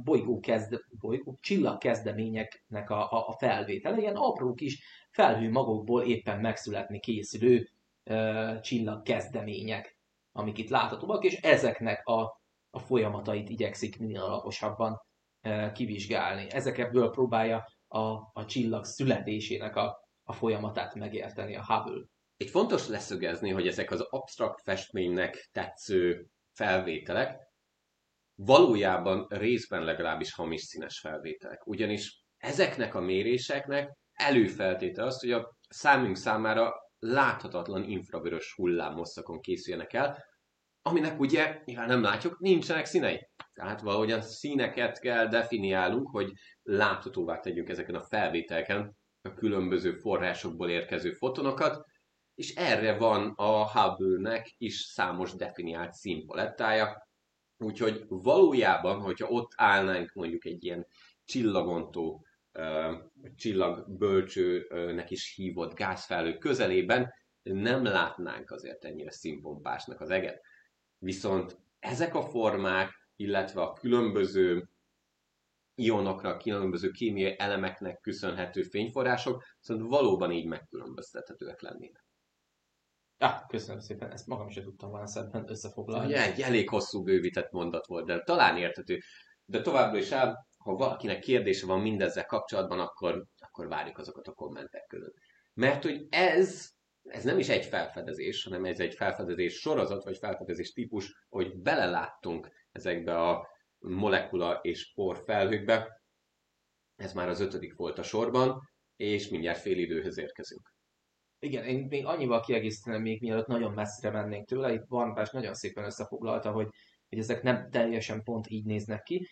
csillagkezdeményeknek a felvétele, ilyen apró kis felhőmagokból éppen megszületni készülő csillagkezdemények, amik itt láthatóak, és ezeknek a folyamatait igyekszik minél alaposabban kivizsgálni. Ezekből próbálja a csillag születésének a folyamatát megérteni a Hubble. Itt fontos leszögezni, hogy ezek az absztrakt festménynek tetsző felvételek valójában részben legalábbis hamis színes felvételek. Ugyanis ezeknek a méréseknek előfeltétele az, hogy a számunk számára láthatatlan infravörös hullámhosszakon készüljenek el, aminek ugye, mivel nem látjuk, nincsenek színei. Tehát valahogyan színeket kell definiálnunk, hogy láthatóvá tegyünk ezeken a felvételeken a különböző forrásokból érkező fotonokat, és erre van a Hubble-nek is számos definiált színpalettája. Úgyhogy valójában, hogyha ott állnánk mondjuk egy ilyen csillagontó, csillagbölcsőnek is hívott gázfelhő közelében, nem látnánk azért ennyire színpompásnak az eget. Viszont ezek a formák, illetve a különböző ionokra, különböző kémiai elemeknek köszönhető fényforrások, viszont valóban így megkülönböztethetőek lennének. Köszönöm szépen, ezt magam sem tudtam volna szebben összefoglalni. Egy elég hosszú bővített mondat volt, de talán érthető. De továbbra is ha valakinek kérdése van mindezzel kapcsolatban, akkor várjuk azokat a kommentek között. Mert hogy ez nem is egy felfedezés, hanem ez egy felfedezés sorozat, vagy felfedezés típus, hogy beleláttunk ezekbe a molekula és por felhőkbe. Ez már az 5. volt a sorban, és mindjárt fél időhöz érkezünk. Igen, én még annyival kiegészíteném, még mielőtt nagyon messzire mennénk tőle, itt Barnabás nagyon szépen összefoglalta, hogy ezek nem teljesen pont így néznek ki.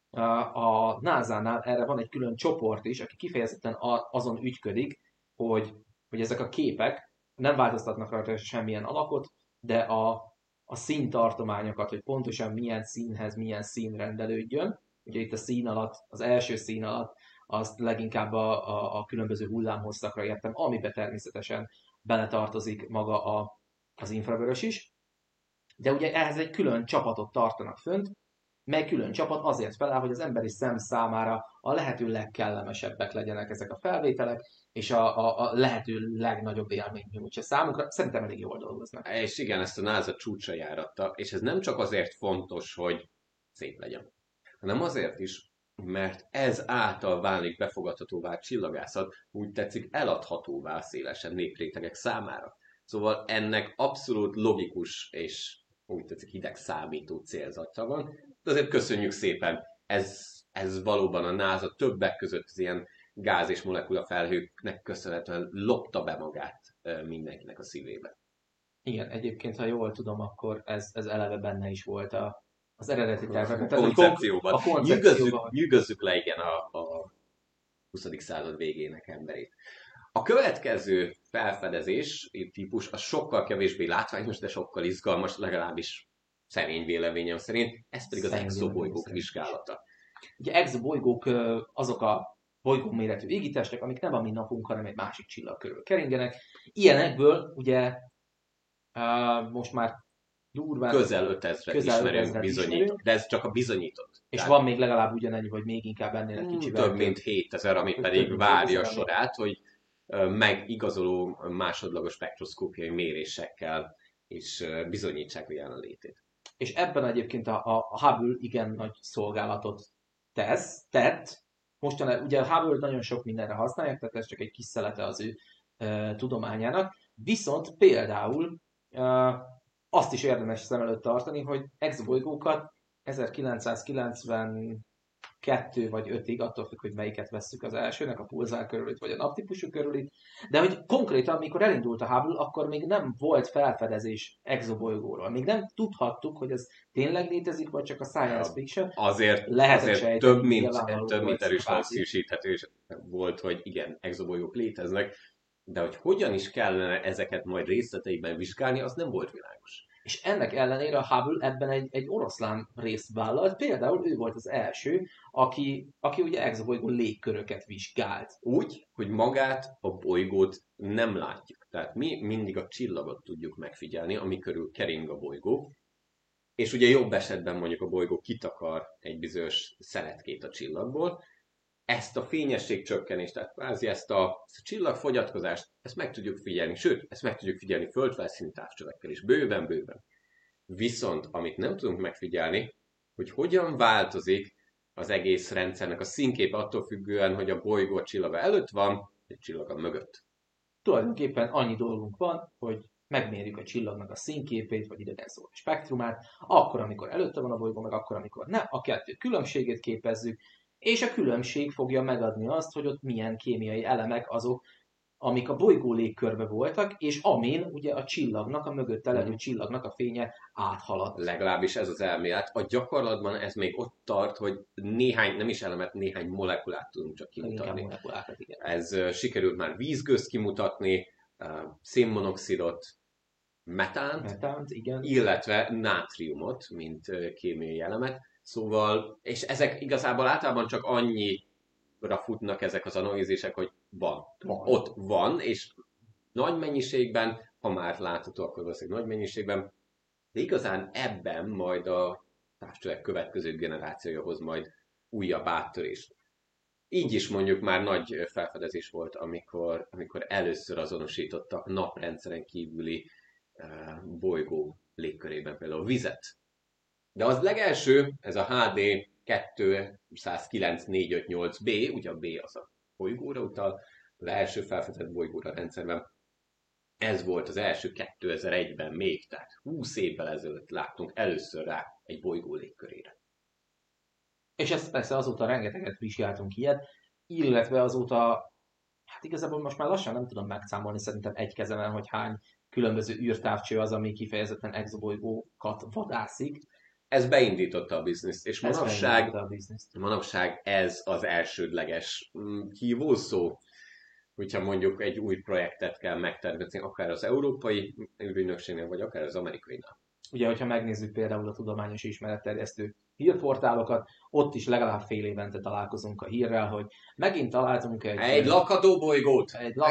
A NASA-nál erre van egy külön csoport is, aki kifejezetten azon ügyködik, hogy ezek a képek nem változtatnak rajta semmilyen alakot, de a színtartományokat, hogy pontosan milyen színhez milyen szín rendelődjön. Ugye itt a szín alatt, az első szín alatt azt leginkább a különböző hullámhosszakra értem, amiben természetesen beletartozik maga az infravörös is. De ugye ehhez egy külön csapatot tartanak fönt, mely külön csapat azért feláll, hogy az emberi szem számára a lehető legkellemesebbek legyenek ezek a felvételek, és a lehető legnagyobb élményt nyújtsa számunkra. Szerintem elég jól dolgoznak. És igen, ezt a NASA csúcsra járatta, és ez nem csak azért fontos, hogy szép legyen, hanem azért is, mert ez által válik befogadhatóvá a csillagászat, úgy tetszik eladhatóvá szélesebb néprétegek számára. Szóval ennek abszolút logikus és úgy tetszik hideg számító célzata van. De azért köszönjük szépen, ez valóban a NASA többek között az ilyen gáz- és molekula felhőknek köszönhetően lopta be magát mindenkinek a szívébe. Igen, egyébként, ha jól tudom, akkor ez eleve benne is volt az eredeti tervekben. A koncepcióban. Nyűgözzük le igen a 20. század végének emberét. A következő felfedezés típus az sokkal kevésbé látványos, de sokkal izgalmas, legalábbis szerény véleményem szerint, ez pedig az exobolygók vizsgálata. Ugye exobolygók azok a bolygóméretű égitestek, amik nem a mi napunk, hanem egy másik csillag körül keringenek. Ilyenekből ugye most már durván... Közel 5000-et ismerünk bizonyított, de ez csak a bizonyított. És tehát van még legalább ugyanennyi, vagy még inkább ennél egy kicsivel. Több mint 7000, ami pedig várja a sorát, hogy megigazoló másodlagos spektroszkópiai mérésekkel és bizonyítsák a jelenlétét. És ebben egyébként a Hubble igen nagy szolgálatot tett. Mostanában ugye a Hubble nagyon sok mindenre használják, tehát ez csak egy kis szelete az ő tudományának. Viszont például azt is érdemes szem előtt tartani, hogy exobolygókat 1992 vagy 5-ig, attól függ, hogy melyiket vesszük az elsőnek, a pulzár körülít, vagy a naptípusú körülít, de hogy konkrétan, amikor elindult a Hubble, akkor még nem volt felfedezés exobolygóról. Még nem tudhattuk, hogy ez tényleg létezik, vagy csak a science fiction. Azért több mint erős valószínűsíthető volt, hogy igen, exobolygók léteznek, de hogy hogyan is kellene ezeket majd részleteiben vizsgálni, az nem volt világos. És ennek ellenére a Hubble ebben egy oroszlán részt vállalt. Például ő volt az első, aki ugye exobolygó légköröket vizsgált. Úgy, hogy magát a bolygót nem látjuk. Tehát mi mindig a csillagot tudjuk megfigyelni, ami körül kering a bolygó. és ugye jobb esetben mondjuk a bolygó kitakar egy bizonyos szeletkét a csillagból, ezt a fényességcsökkenést, tehát kvázi ezt a csillagfogyatkozást, ezt meg tudjuk figyelni, sőt, ezt meg tudjuk figyelni földfelszíni távcsövekkel is, bőven-bőven. Viszont, amit nem tudunk megfigyelni, hogy hogyan változik az egész rendszernek a színképe attól függően, hogy a bolygó a csillaga előtt van, egy csillaga mögött. Tulajdonképpen annyi dolgunk van, hogy megmérjük a csillagnak a színképét, vagy idegen szó spektrumát, akkor, amikor előtte van a bolygó, meg akkor, amikor nem, a kettő különbségét képezzük, és a különbség fogja megadni azt, hogy ott milyen kémiai elemek azok, amik a bolygó légkörbe voltak, és amin ugye a csillagnak, a mögötte levő csillagnak a fénye áthaladt. Legalábbis ez az elmélet. A gyakorlatban ez még ott tart, hogy néhány, nem is elemet, néhány molekulát tudunk csak kimutatni. Molekulákat, igen. Ez sikerült már vízgőzt kimutatni, szénmonoxidot, metánt, igen. illetve nátriumot, mint kémiai elemet. Szóval, és ezek igazából általában csak annyira futnak ezek az analízisek, hogy van. Ott van, és nagy mennyiségben, ha már látható, akkor valószínűleg nagy mennyiségben, de igazán ebben majd a távcsövek következő generációja hoz majd újabb áttörést. Így is mondjuk már nagy felfedezés volt, amikor először azonosítottak naprendszeren kívüli bolygó légkörében például vizet. De az legelső, ez a HD 209.458b, ugye a B az a bolygóra utal, az első felfedezett bolygóra a rendszerben. Ez volt az első 2001-ben még, tehát 20 évvel ezelőtt láttunk először rá egy bolygó légkörére. És ezt persze azóta rengeteget vizsgáltunk ilyet, illetve azóta, hát igazából most már lassan nem tudom megszámolni szerintem egy kezemen, hogy hány különböző űrtávcső az, ami kifejezetten exobolygókat vadászik. Ez beindította a bizniszt, és manapság ez az elsődleges hívószó, hogyha mondjuk egy új projektet kell megtervezni, akár az európai űrügynökségnél, vagy akár az amerikainál. Ugye, hogyha megnézzük például a tudományos ismeretterjesztő hírportálokat, ott is legalább fél évente találkozunk a hírrel, hogy megint találtunk egy lakható bolygót,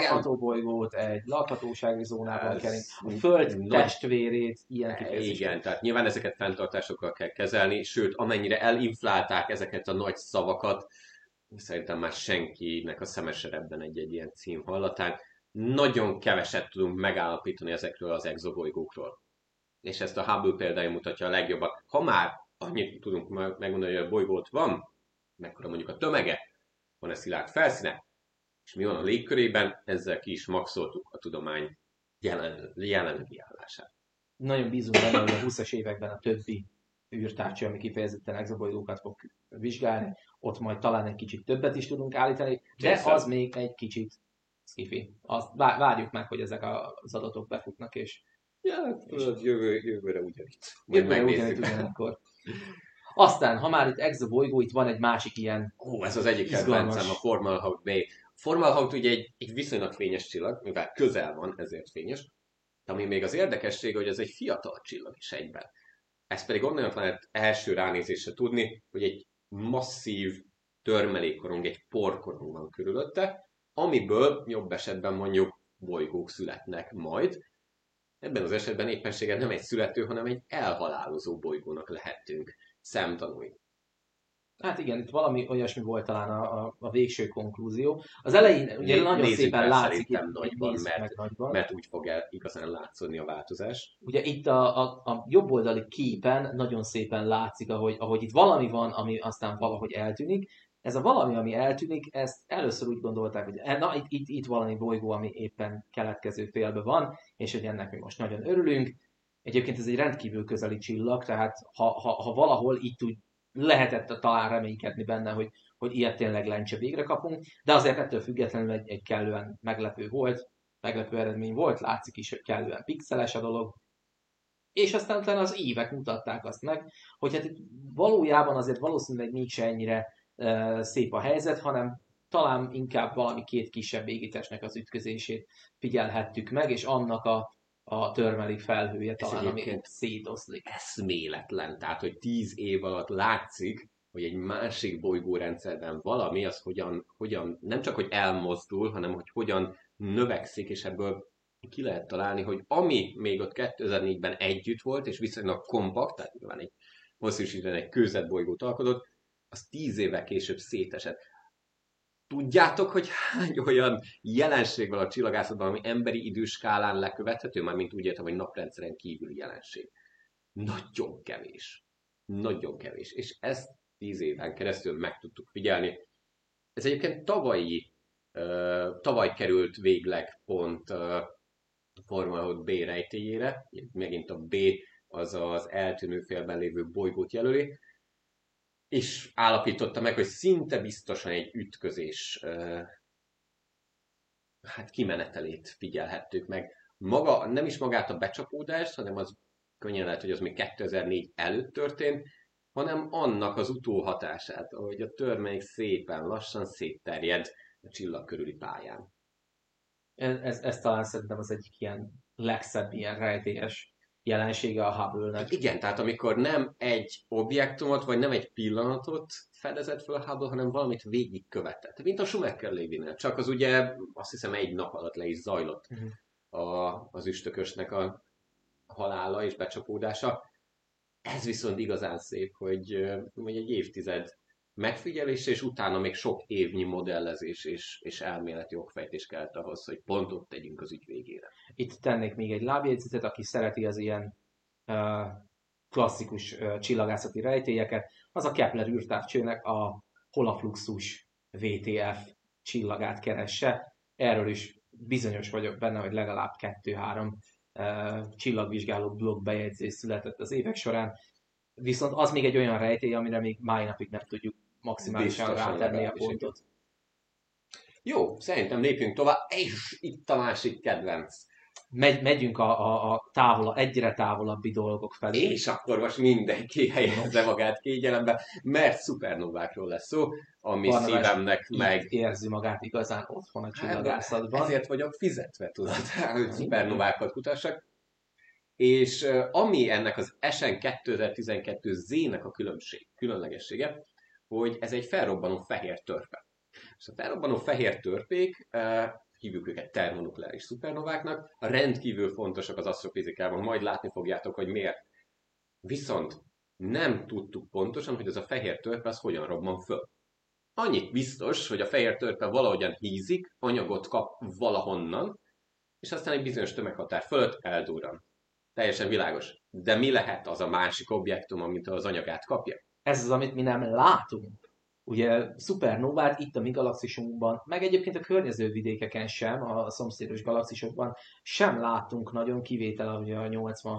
egy lakhatósági zónában kering, a Föld testvérét, ilyen kifejezést. Igen, tehát nyilván ezeket fenntartásokkal kell kezelni, sőt, amennyire elinflálták ezeket a nagy szavakat, szerintem már senkinek a szeme se rebben egy ilyen cím hallatán. Nagyon keveset tudunk megállapítani ezekről az exobolygókról. És ezt a Hubble példája mutatja a legjobban. Ha már annyit tudunk megmondani, hogy a bolygót van, mekkora mondjuk a tömege, van a szilárd felszíne, és mi van a légkörében, ezzel ki is maxoltuk a tudomány jelenlegi állását. Nagyon bízunk benne, hogy a 20-as években a többi űrtávcső, ami kifejezetten exobolygókat fog vizsgálni, ott majd talán egy kicsit többet is tudunk állítani, de az még egy kicsit skifi. Várjuk meg, hogy ezek az adatok befutnak, és jövőre ugyanitt. Jövőre ugyanakkor. Aztán, ha már itt exobolygó, itt van egy másik ilyen ez az egyik kedvencem, a Fomalhaut B. Fomalhaut ugye egy viszonylag fényes csillag, mivel közel van, ezért fényes. De ami még az érdekesség, hogy ez egy fiatal csillag is egyben. Ezt pedig onnan lehet első ránézésre tudni, hogy egy masszív törmelékkorong, egy porkorong van körülötte, amiből jobb esetben mondjuk bolygók születnek majd. Ebben az esetben éppenséggel nem egy születő, hanem egy elhalálozó bolygónak lehetünk szemtanúi. Hát igen, itt valami olyasmi volt talán a végső konklúzió. Az elején ugye nagyon szépen látszik, mert úgy fog igazán látszódni a változás. Ugye itt a jobb oldali képen nagyon szépen látszik, ahogy itt valami van, ami aztán valahogy eltűnik. Ez a valami, ami eltűnik, ezt először úgy gondolták, hogy itt valami bolygó, ami éppen keletkező félbe van, és hogy ennek mi most nagyon örülünk. Egyébként ez egy rendkívül közeli csillag, tehát ha valahol itt úgy lehetett talán reménykedni benne, hogy ilyet tényleg lencse végre kapunk, de azért ettől függetlenül egy kellően meglepő eredmény volt, látszik is, hogy kellően pixeles a dolog, és aztán utána az évek mutatták azt meg, hogy hát itt valójában azért valószínűleg mégse ennyire szép a helyzet, hanem talán inkább valami két kisebb égitestnek az ütközését figyelhettük meg, és annak a törmelék felhője talán, ami szétoszlik. Eszméletlen, tehát hogy 10 év alatt látszik, hogy egy másik bolygórendszerben valami, az hogyan nem csak hogy elmozdul, hanem hogy hogyan növekszik, és ebből ki lehet találni, hogy ami még ott 2004-ben együtt volt, és viszonylag kompakt, tehát nyilván egy hosszúsítani egy kőzetbolygót alkotott, az 10 évvel később szétesett. Tudjátok, hogy hány olyan jelenség van a csillagászatban, ami emberi időskálán lekövethető, már mint úgy értem, hogy naprendszeren kívüli jelenség? Nagyon kevés. Nagyon kevés. És ezt 10 éven keresztül meg tudtuk figyelni. Ez egyébként tavaly került végleg pont Formula 6 B rejtélyére. Megint a B az az eltűnő félben lévő bolygót jelöli, és állapította meg, hogy szinte biztosan egy ütközés kimenetelét figyelhettük meg. Maga, nem is magát a becsapódást, hanem az könnyen lehet, hogy az még 2004 előtt történt, hanem annak az utóhatását, ahogy a törmelék szépen lassan szétterjed a csillag körüli pályán. Ez talán szerintem az egyik ilyen legszebb ilyen rejtélyes jelensége a Hubble-nek. Igen, tehát amikor nem egy objektumot, vagy nem egy pillanatot fedezett fel a Hubble, hanem valamit végigkövetett. Mint a Schumacher-Lévinél, csak az ugye azt hiszem egy nap alatt le is zajlott az üstökösnek a halála és becsapódása. Ez viszont igazán szép, hogy egy évtized megfigyelése, és utána még sok évnyi modellezés és elméleti okfejtés kellett ahhoz, hogy pontot tegyünk az ügy végére. Itt tennék még egy lábjegyzetet, aki szereti az ilyen klasszikus csillagászati rejtélyeket, az a Kepler űrtávcsőnek a holafluxus VTF csillagát keresse. Erről is bizonyos vagyok benne, hogy legalább 2-3 csillagvizsgáló blog bejegyzés született az évek során. Viszont az még egy olyan rejtély, amire még mai napig nem tudjuk maximálisan rátenni a pontot. Jó, szerintem lépjünk tovább, és itt a másik kedvenc. Megyünk a egyre távolabbi dolgok felé. És akkor most mindenki helyezze magát kégyelembe, mert szupernovákról lesz szó, ami szívemnek meg... érzi magát igazán otthon a csillagászatban. Ezért vagyok fizetve, tudod, hogy szupernovákat kutassak. És ami ennek az SN 2012 Z-nek a különlegessége, hogy ez egy felrobbanó fehér törpe. És a felrobbanó fehér törpék, hívjuk őket termonukleáris szupernováknak, rendkívül fontosak az asztrofizikában, majd látni fogjátok, hogy miért. Viszont nem tudtuk pontosan, hogy ez a fehér törpe az hogyan robban föl. Annyit biztos, hogy a fehér törpe valahogyan hízik, anyagot kap valahonnan, és aztán egy bizonyos tömeghatár fölött eldurran. Teljesen világos. De mi lehet az a másik objektum, amit az anyagát kapja? Ez az, amit mi nem látunk. Ugye szupernovát itt a mi galaxisunkban, meg egyébként a környező vidékeken sem, a szomszédos galaxisokban sem láttunk nagyon, kivétel ugye a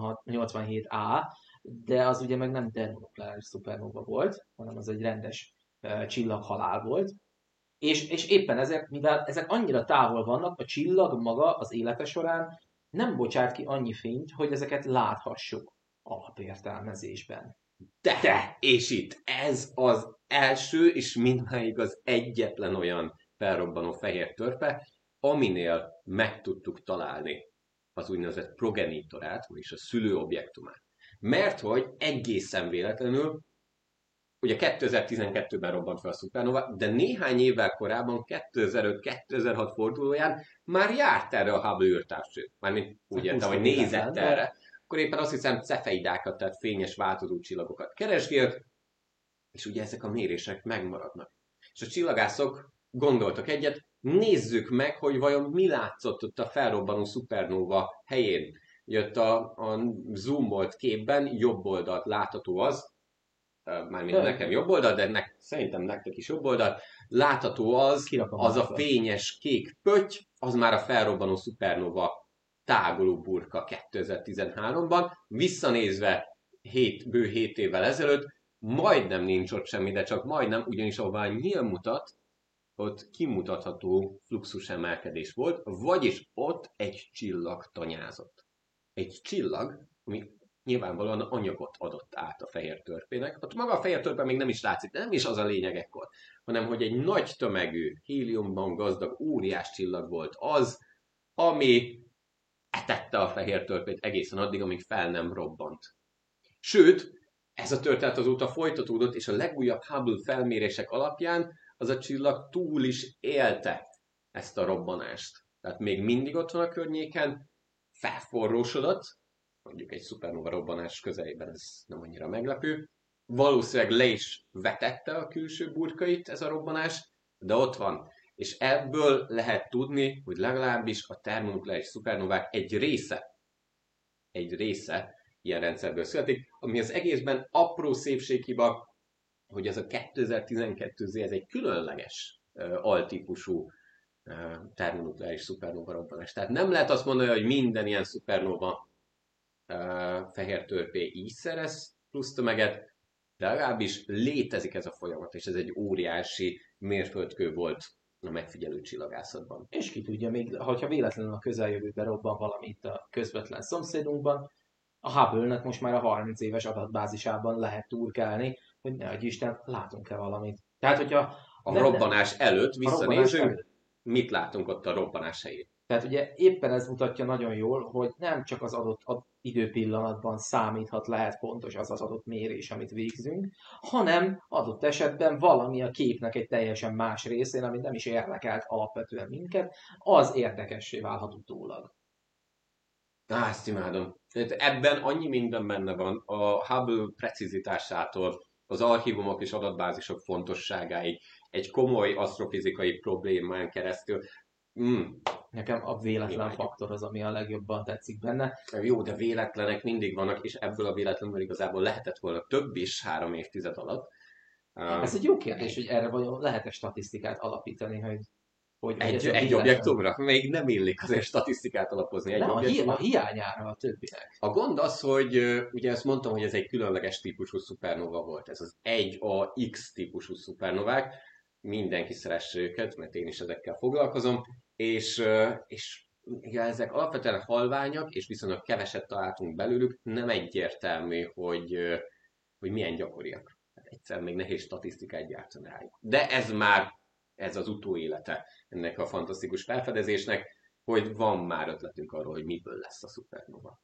87A, de az ugye meg nem termonukleáris szupernova volt, hanem az egy rendes csillaghalál volt. És éppen ezért, mivel ezek annyira távol vannak, a csillag maga az élete során nem bocsát ki annyi fényt, hogy ezeket láthassuk alapértelmezésben. De! És itt ez az első, és mindmáig az egyetlen olyan felrobbanó fehér törpe, aminél meg tudtuk találni az úgynevezett progenitorát, vagyis a szülőobjektumát. Mert hogy egészen véletlenül, ugye 2012-ben robbant fel a szupernova, de néhány évvel korábban, 2005-2006 fordulóján már járt erre a Hubble űrtávcső. Mármint úgy értem, hogy nézett erre. Akkor éppen azt hiszem cefeidákat, tehát fényes változó csillagokat keresgélt, és ugye ezek a mérések megmaradnak. És a csillagászok gondoltak egyet, nézzük meg, hogy vajon mi látszott ott a felrobbanó szupernóva helyén. Jött a zoomolt képben, jobb oldalt látható az, mármint nekem jobb oldal, de szerintem nektek is jobb oldal, látható az a fényes kék pötty, az már a felrobbanó szupernóva táguló burka 2013-ban, visszanézve bő 7 évvel ezelőtt, majdnem nincs ott semmi, de csak majdnem, ugyanis ahová nyíl mutat, ott kimutatható fluxus emelkedés volt, vagyis ott egy csillag tanyázott. Egy csillag, ami nyilvánvalóan anyagot adott át a fehér törpének. Ott maga a fehér törpe még nem is látszik, de nem is az a lényeg ekkor, hanem hogy egy nagy tömegű, héliumban gazdag óriás csillag volt az, ami etette a fehér törpét egészen addig, amíg fel nem robbant. Sőt, ez a történet azóta folytatódott, és a legújabb Hubble felmérések alapján az a csillag túl is élte ezt a robbanást. Tehát még mindig ott van a környéken, felforrósodott, mondjuk egy szupernova robbanás közelében ez nem annyira meglepő. Valószínűleg le is vetette a külső burkait ez a robbanás, de ott van. És ebből lehet tudni, hogy legalábbis a termonukleáris szupernovák egy része ilyen rendszerből születik, ami az egészben apró szépséghiba, hogy ez a 2012Z, ez egy különleges altípusú termonukleáris szupernova robbanás. Tehát nem lehet azt mondani, hogy minden ilyen szupernova fehér törpé így szerez plusz tömeget, de legalábbis létezik ez a folyamat, és ez egy óriási mérföldkő volt a megfigyelő csillagászatban. És ki tudja, még ha véletlenül a közeljövőben robban valami itt a közvetlen szomszédunkban, a Hubble-nek most már a 30 éves adatbázisában lehet turkálni, hogy nehogy Isten, látunk-e valamit. Tehát, hogyha a robbanás előtt visszanézünk, mit látunk ott a robbanás helyén. Tehát ugye éppen ez mutatja nagyon jól, hogy nem csak az adott időpillanatban lehet pontos az adott mérés, amit végzünk, hanem adott esetben valami a képnek egy teljesen más részén, ami nem is érdekelt alapvetően minket, az érdekessé válhat utólag. Ezt imádom. Ebben annyi minden benne van, a Hubble precizitásától, az archívumok és adatbázisok fontosságáig, egy komoly asztrofizikai problémán keresztül. Nekem a véletlen faktor az, ami a legjobban tetszik benne. Jó, de véletlenek mindig vannak, és ebből a véletlenből igazából lehetett volna több is 3 évtized alatt. Ez egy jó kérdés, hogy erre vajon lehet-e statisztikát alapítani, hogy egy objektumra? Még nem illik azért statisztikát alapozni egy objektumra. A hiányára a többinek. A gond az, hogy ugye ezt mondtam, hogy ez egy különleges típusú szupernova volt. Ez az 1AX típusú szupernovák. Mindenki szeresse őket, mert én is ezekkel foglalkozom. És ezek alapvetően halványak, és viszonylag keveset találtunk belőlük, nem egyértelmű, hogy milyen gyakoriak. Hát egyszerűen még nehéz statisztikát gyártani rájuk. De ez az utóélete ennek a fantasztikus felfedezésnek, hogy van már ötletünk arról, hogy miből lesz a szupernova.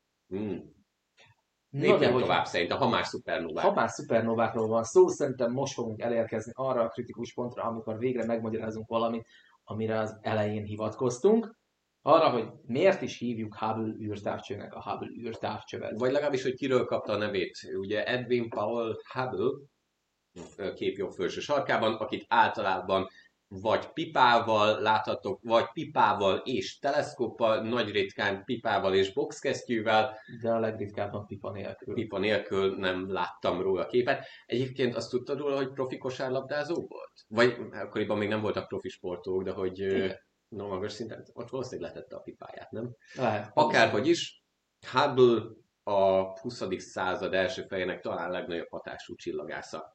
Lépjünk tovább szerintem, ha már szupernovák. Ha már szupernovákról van szó, szerintem most fogunk elérkezni arra a kritikus pontra, amikor végre megmagyarázunk valamit, amire az elején hivatkoztunk. Arra, hogy miért is hívjuk Hubble űrtávcsőnek a Hubble űrtávcsövet. Vagy legalábbis, hogy kiről kapta a nevét. Ugye Edwin Powell Hubble kép jobb felső sarkában, akit általában vagy pipával láthatok, vagy pipával és teleszkóppal, nagy ritkán pipával és boxkesztyűvel. De a legritkábban pipa nélkül. Pipa nélkül nem láttam róla képet. Egyébként azt tudtad róla, hogy profi kosárlabdázó volt? Vagy akkoriban még nem voltak profi sportolók, de hogy magas szinten ott valószínűleg letette a pipáját, nem? Lehet. Akárhogy is, Hubble a 20. század első felének talán legnagyobb hatású csillagásza.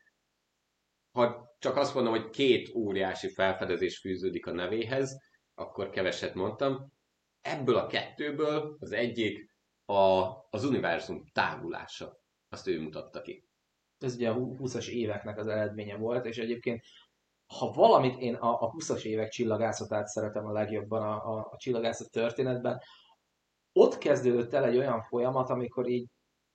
Ha csak azt mondom, hogy 2 óriási felfedezés fűződik a nevéhez, akkor keveset mondtam. Ebből a 2-ből az egyik az univerzum tágulása. Azt ő mutatta ki. Ez ugye a 20-as éveknek az eredménye volt, és egyébként ha valamit én a 20-as évek csillagászatát szeretem a legjobban a csillagászat történetben, ott kezdődött el egy olyan folyamat, amikor így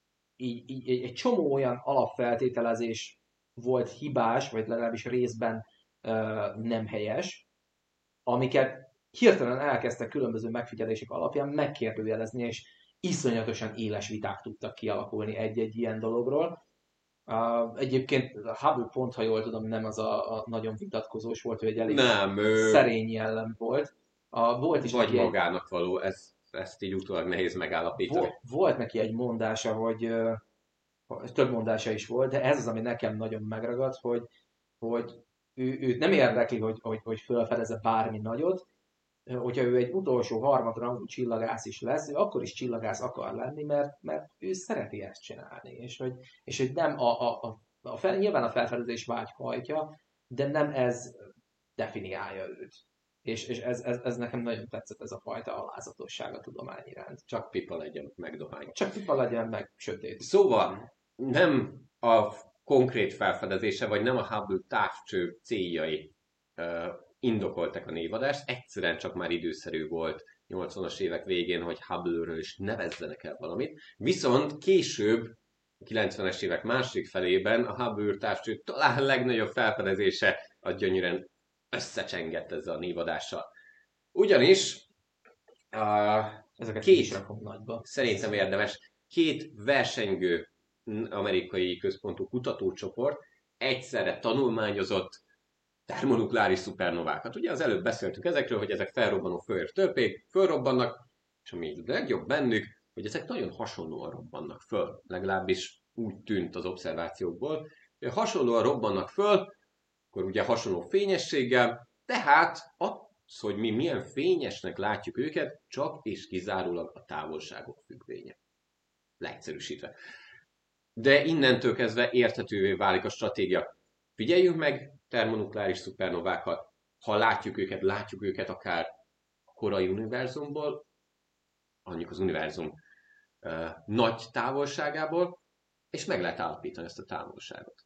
egy csomó olyan alapfeltételezés volt hibás, vagy legalábbis részben nem helyes, amiket hirtelen elkezdtek különböző megfigyelések alapján megkérdőjelezni, és iszonyatosan éles viták tudtak kialakulni egy-egy ilyen dologról. Egyébként a Hubble pont, ha jól tudom, nem az a nagyon vitatkozós volt, hogy egy elég szerény jellem volt. Volt is vagy magának való, ezt így utólag nehéz megállapítani. Volt neki egy mondása, hogy több mondása is volt, de ez az, ami nekem nagyon megragad, hogy őt nem érdekli, hogy felfedezze bármi nagyot, hogyha ő egy utolsó harmadrangú csillagász is lesz, ő akkor is csillagász akar lenni, mert ő szereti ezt csinálni, és hogy nem nyilván a felfedezés vágy hajtja, de nem ez definiálja őt. És ez nekem nagyon tetszett, ez a fajta alázatosság a tudomány iránt. Csak pipa legyen, meg dohány. Csak pipa legyen, meg sötét. Szóval nem a konkrét felfedezése, vagy nem a Hubble távcső céljai indokoltak a névadást, egyszerűen csak már időszerű volt 80-as évek végén, hogy Hubble-ről is nevezzenek el valamit. Viszont később, a 90-es évek második felében a Hubble űrtávcső talán legnagyobb felfedezése a gyönyörűen összecsengett ezzel a névadással. Ugyanis Ezeket is rakom nagyba. Szerintem érdemes. 2 versengő amerikai központú kutatócsoport egyszerre tanulmányozott termonukleáris szupernovákat. Ugye az előbb beszéltünk ezekről, hogy ezek felrobbanó földre törpék, fölrobbannak, és ami legjobb bennük, hogy ezek nagyon hasonlóan robbannak föl. Legalábbis úgy tűnt az obszervációkból. Hasonlóan robbannak föl, akkor ugye hasonló fényességgel, tehát az, hogy mi milyen fényesnek látjuk őket, csak és kizárólag a távolságok függvénye. Leegyszerűsítve. De innentől kezdve érthetővé válik a stratégia. Figyeljünk meg termonukleáris szupernovákat, ha látjuk őket akár a korai univerzumból, mondjuk az univerzum nagy távolságából, és meg lehet állapítani ezt a távolságot.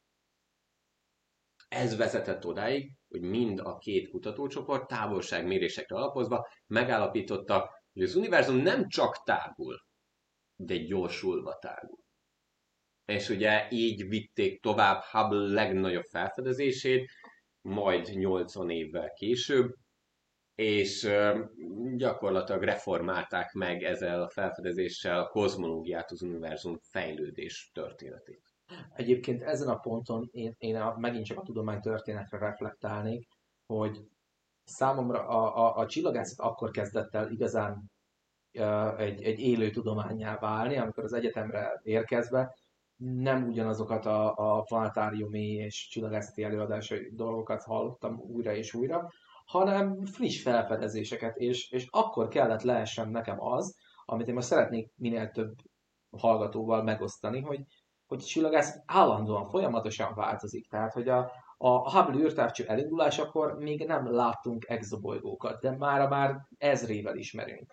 Ez vezetett odáig, hogy mind a 2 kutatócsoport távolságmérésekre alapozva megállapította, hogy az univerzum nem csak tágul, de gyorsulva tágul. És ugye így vitték tovább Hubble legnagyobb felfedezését, majd 80 évvel később, és gyakorlatilag reformálták meg ezzel a felfedezéssel a kozmológiát, az univerzum fejlődés történetét. Egyébként ezen a ponton én megint csak a tudománytörténetre reflektálnék, hogy számomra a csillagászat akkor kezdett el igazán egy élő tudománnyá válni, amikor az egyetemre érkezve nem ugyanazokat a planetáriumi és csillagászati előadásai dolgokat hallottam újra és újra, hanem friss felfedezéseket, és akkor kellett lehessen nekem az, amit én most szeretnék minél több hallgatóval megosztani, hogy a csillagászat állandóan, folyamatosan változik. Tehát, hogy a Hubble űrtávcső elindulásakor még nem láttunk exobolygókat, de már ezrével ismerünk.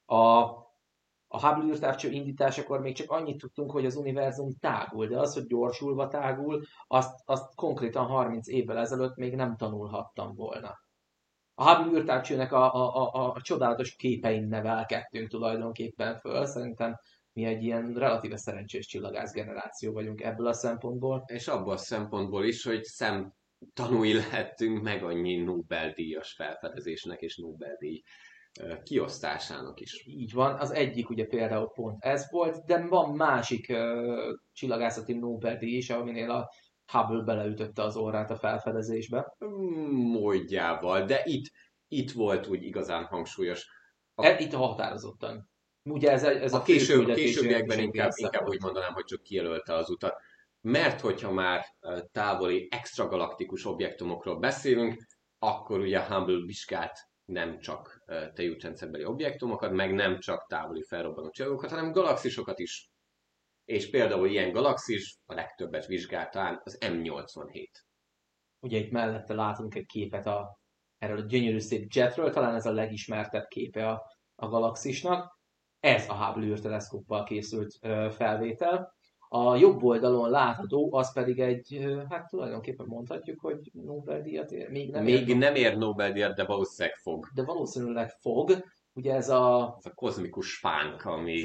A Hubble űrtávcső indításakor még csak annyit tudtunk, hogy az univerzum tágul, de az, hogy gyorsulva tágul, azt konkrétan 30 évvel ezelőtt még nem tanulhattam volna. A Hubble űrtávcsőnek a csodálatos képein nevelkedtünk tulajdonképpen föl, szerintem mi egy ilyen relatíve szerencsés csillagász generáció vagyunk ebből a szempontból. És abból a szempontból is, hogy szemtanúi lehettünk meg annyi Nobel-díjas felfedezésnek és Nobel-díj kiosztásának is. Így van, az egyik ugye például pont ez volt, de van másik csillagászati Nobel-díj is, aminél a Hubble beleütötte az orrát a felfedezésbe. Módjával, de itt volt úgy igazán hangsúlyos. Itt határozottan. Ugye ez a későbbiekben inkább úgy mondanám, hogy csak kijelölte az utat. Mert hogyha már távoli extragalaktikus objektumokról beszélünk, akkor ugye Hubble vizsgált nem csak tejútrendszerbeli objektumokat, meg nem csak távoli felrobbanó csillagokat, hanem galaxisokat is. És például ilyen galaxis a legtöbbet vizsgált talán az M87. Ugye itt mellette látunk egy képet erről a gyönyörű szép jetről, talán ez a legismertebb képe a galaxisnak. Ez a Hubble űrteleszkóppal készült felvétel. A jobb oldalon látható, az pedig hát tulajdonképpen mondhatjuk, hogy Nobel-díjat ér. Még nem ér Nobel-díjat, de valószínűleg fog. De valószínűleg fog. Ugye ez a kozmikus fánk, ami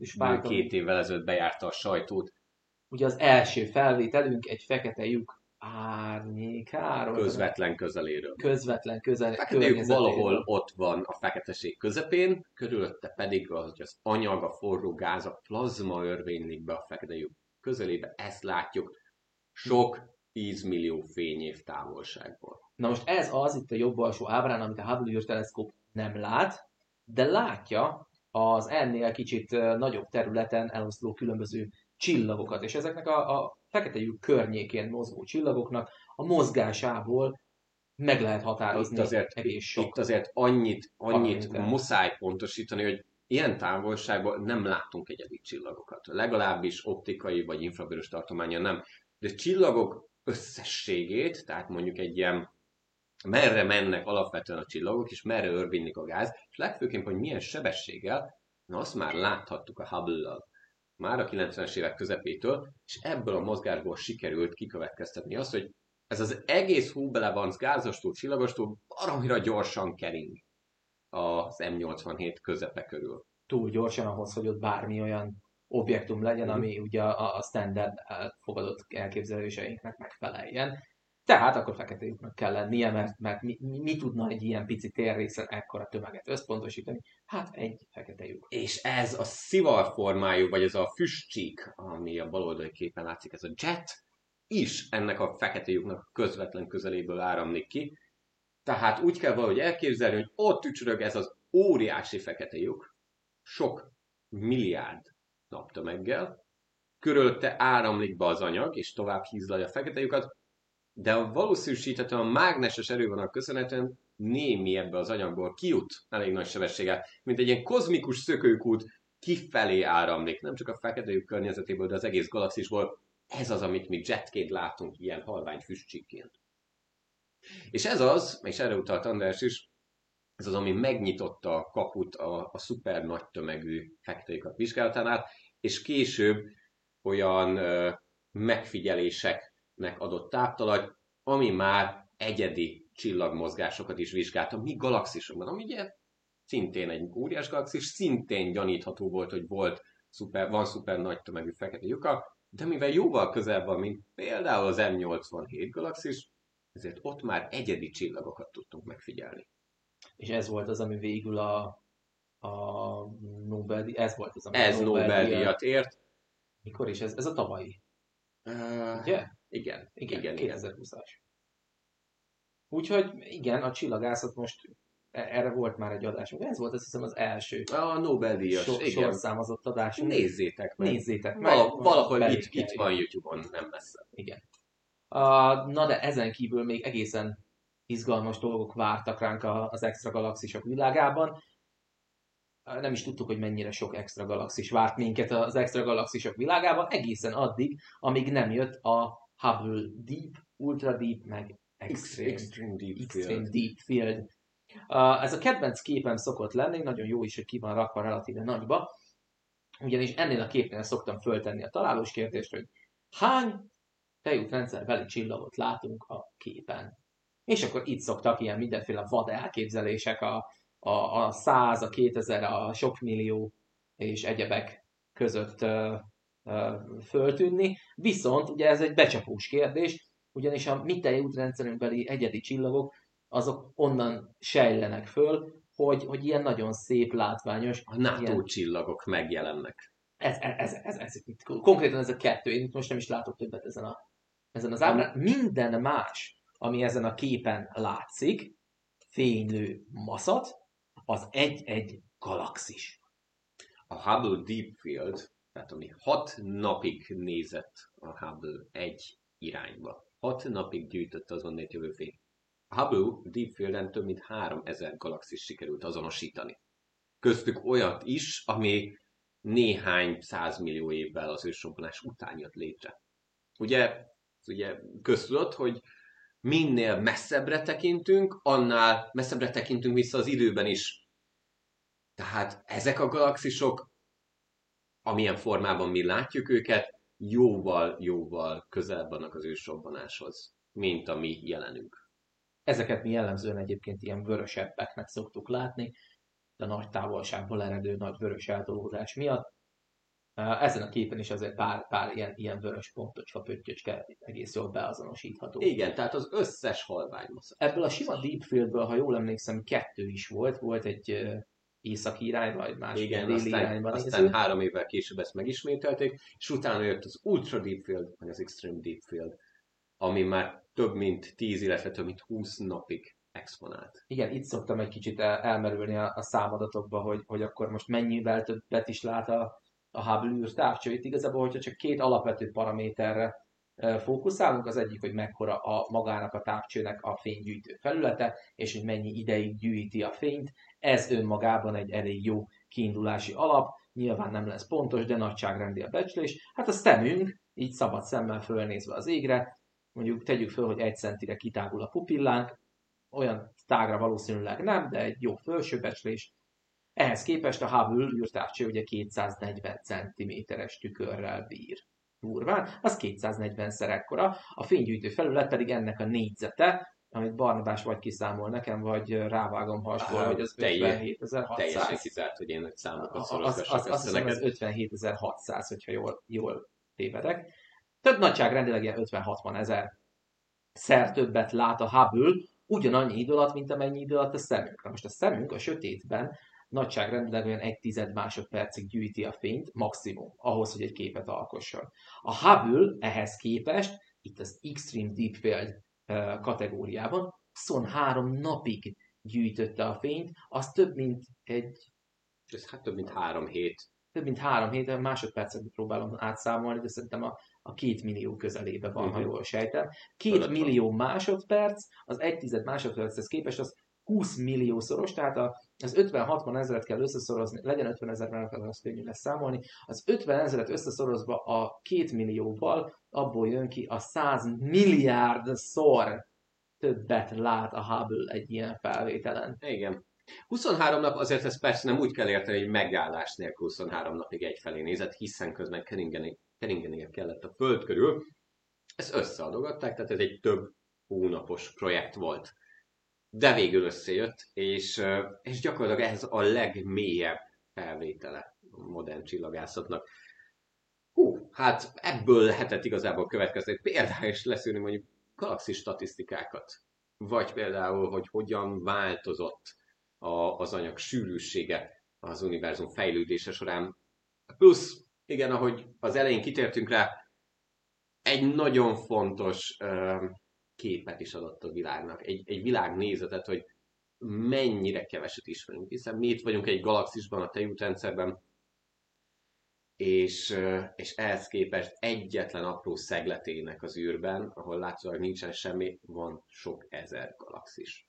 2 évvel ezelőtt bejárta a sajtót. Ugye az első felvételünk egy fekete lyuk árnyékáról. Közvetlen közeléről. Közvetlen környezetéről. Valahol ott van a feketeség közepén, körülötte pedig hogy az anyag, a forró gáz, a plazma örvénylik be a fekete lyuk közelébe. Ezt látjuk sok 10 millió fényév távolságból. Na most ez az itt a jobb alsó ábrán, amit a Hubble űrteleszkóp nem lát, de látja az ennél kicsit nagyobb területen eloszló különböző csillagokat, és ezeknek a fekete lyuk környékén mozgó csillagoknak a mozgásából meg lehet határozni egész sok. Itt azért annyit muszáj pontosítani, hogy ilyen távolságban nem látunk egyedi csillagokat. Legalábbis optikai vagy infravörös tartománya nem. De csillagok összességét, tehát mondjuk egy ilyen merre mennek alapvetően a csillagok, és merre örvénylik a gáz, és legfőképp, hogy milyen sebességgel, na azt már láthattuk a Hubble-lal. Már a 90-es évek közepétől, és ebből a mozgásból sikerült kikövetkeztetni azt, hogy ez az egész Hubble-Evans gázastól, csillagostól baromira gyorsan kering az M87 közepe körül. Túl gyorsan ahhoz, hogy ott bármi olyan objektum legyen, ami ugye a standard elfogadott elképzeléseinknek megfeleljen. Tehát akkor fekete lyuknak kell lennie, mert mi tudna egy ilyen pici térrészen ekkora tömeget összpontosítani? Hát egy fekete lyuk. És ez a szivarformájú, vagy ez a füstcsík, ami a baloldali képen látszik, ez a jet, is ennek a fekete lyuknak közvetlen közeléből áramlik ki. Tehát úgy kell valahogy elképzelni, hogy ott tücsörög ez az óriási fekete lyuk, sok milliárd naptömeggel, körülötte áramlik be az anyag, és tovább hízlalja a fekete lyukat, de a valószínűsíthetően a mágneses erővonalnak köszönhetően némi ebbe az anyagból kijut elég nagy sebességgel, mint egy ilyen kozmikus szökőkút kifelé áramlik, nem csak a fekete lyuk környezetéből, de az egész galaxisból. Ez az, amit mi jetként látunk ilyen halvány füstcsíkként. És ez az, és erre utalt András is, ez az, ami megnyitotta a kaput a szuper nagy tömegű fekete lyukak vizsgálatánál, és később olyan megfigyeléseknek adott táptalajt, ami már egyedi csillagmozgásokat is vizsgált a mi galaxisokban, ami ugye szintén egy óriás galaxis, szintén gyanítható volt, hogy van szuper nagy tömegű fekete lyuka, de mivel jóval közelebb van, mint például az M87 galaxis, ezért ott már egyedi csillagokat tudtunk megfigyelni. És ez volt az, ami végül a Nobel-díj, ez volt az, ami ez Nobel-díjat ért. Mikor is? Ez a tavalyi. Ugye? Igen. 2020-as. Úgyhogy igen, a csillagászat most erre volt már egy adásunk. Ez volt, azt hiszem, az első. A Nobel-díjas. Sorszámozott adásunk. Nézzétek meg. meg. Valahol itt van YouTube-on, nem messze. Igen. Na de ezen kívül még egészen izgalmas dolgok vártak ránk az extra galaxisok világában. Nem is tudtuk, hogy mennyire sok extra galaxis várt minket az extra galaxisok világában, egészen addig, amíg nem jött a Hubble Deep, Ultra Deep, meg Extreme Deep Field. Ez a kedvenc képem szokott lenni, nagyon jó is, hogy ki van rakva relatíve nagyba, ugyanis ennél a képnél szoktam föltenni a találós kérdést, hogy hány tejútrendszerbeli csillagot látunk a képen. És akkor itt szoktak ilyen mindenféle vad elképzelések a 100, a 2000, a sok millió és egyebek között föltűnni. Viszont ugye ez egy becsapós kérdés, ugyanis a mi tejútrendszerünkbeli egyedi csillagok, azok onnan sejlenek föl, hogy ilyen nagyon szép, látványos... A NATO csillagok megjelennek. Konkrétan ez a kettő, én most nem is látok többet ezen az ábrán. Minden más, ami ezen a képen látszik, fénylő maszat, az egy galaxis. A Hubble Deep Field, tehát ami 6 napig nézett a Hubble egy irányba. 6 napig gyűjtötte az onnét jövő fény. A Hubble Deep Fielden több mint 3000 galaxis sikerült azonosítani. Köztük olyat is, ami néhány 100 millió évvel az ősrobbanás után jött létre. Ugye köztudott, hogy minél messzebbre tekintünk, annál messzebbre tekintünk vissza az időben is. Tehát ezek a galaxisok, amilyen formában mi látjuk őket, jóval közelebb vannak az ősrobbanáshoz, mint a mi jelenünk. Ezeket mi jellemzően egyébként ilyen vörösebbeknek szoktuk látni, a nagy távolságból eredő nagy vörös eltolódás miatt. Ezen a képen is azért pár ilyen vörös pontocska, pöttyöcske egész jól beazonosítható. Igen, tehát az összes halványmasz. Ebből a sima Deep Fieldből, ha jól emlékszem, 2 is volt. Volt egy északi irányban, egy másik déli irányban. Aztán 3 évvel később ezt megismételték, és utána jött az Ultra Deep Field, vagy az Extreme Deep Field, ami már több mint 10, illetve több mint 20 napig exponált. Igen, itt szoktam egy kicsit elmerülni a számadatokba, hogy akkor most mennyivel többet is lát a Hubble űrtávcső. Itt igazából, hogyha csak 2 alapvető paraméterre fókuszálunk, az egyik, hogy mekkora magának a távcsőnek a fénygyűjtő felülete, és hogy mennyi ideig gyűjti a fényt. Ez önmagában egy elég jó kiindulási alap, nyilván nem lesz pontos, de nagyságrendi a becslés. Hát a szemünk, így szabad szemmel fölnézve az égre, mondjuk tegyük föl, hogy 1 centire kitágul a pupillánk, olyan tágra valószínűleg nem, de egy jó felsőbecslés. Ehhez képest a Hubble űrtávcső ugye 240 cm-es tükörrel bír. Durván, az 240-szer ekkora, a fénygyűjtő felület pedig ennek a négyzete, amit Barnabás vagy kiszámol nekem, vagy rávágom hasból, hogy az 57.600. Teljesen kizárt, hogy én egy számokat szorozgassak össze neked. Az 57.600, hogyha jól tévedek. Tehát nagyságrendileg ilyen 50-60 ezer szer többet lát a Hubble ugyanannyi idő alatt, mint amennyi idő alatt a szemünk. Na most a szemünk a sötétben nagyságrendileg olyan 1/10 másodpercig gyűjti a fényt, maximum, ahhoz, hogy egy képet alkosson. A Hubble ehhez képest, itt az Extreme Deep Field kategóriában 23 napig gyűjtötte a fényt, az több mint több mint 3 hét. Több mint 3 hét, másodpercekben próbálom átszámolni, de szerintem a 2 millió közelébe van, ha jól sejtem. 2 millió másodperc, az 1/10 másodperchez képest az 20 milliószoros, tehát az 50-60 ezeret kell összeszorozni, legyen 50 000, mert az könnyű lesz számolni, az 50 000-et összeszorozva a 2 millióval, abból jön ki a 100 milliárdszor többet lát a Hubble egy ilyen felvételen. Igen. 23 nap, azért ezt persze nem úgy kell érteni, hogy megállás nélkül 23 napig egyfelé nézett, hiszen közben keringenie kellett a Föld körül. Ezt összeadogatták, tehát ez egy több hónapos projekt volt. De végül összejött, és gyakorlatilag ez a legmélyebb felvétele a modern csillagászatnak. Hát ebből lehetett igazából következni például is leszűrni mondjuk galaxis statisztikákat. Vagy például, hogy hogyan változott az anyag sűrűsége az univerzum fejlődése során. Plusz, igen, ahogy az elején kitértünk rá, egy nagyon fontos képet is adott a világnak. Egy világnézetet, hogy mennyire keveset ismerünk, hiszen mi itt vagyunk egy galaxisban, a tejútrendszerben, és ehhez képest egyetlen apró szegletének az űrben, ahol látszólag nincsen semmi, van sok ezer galaxis.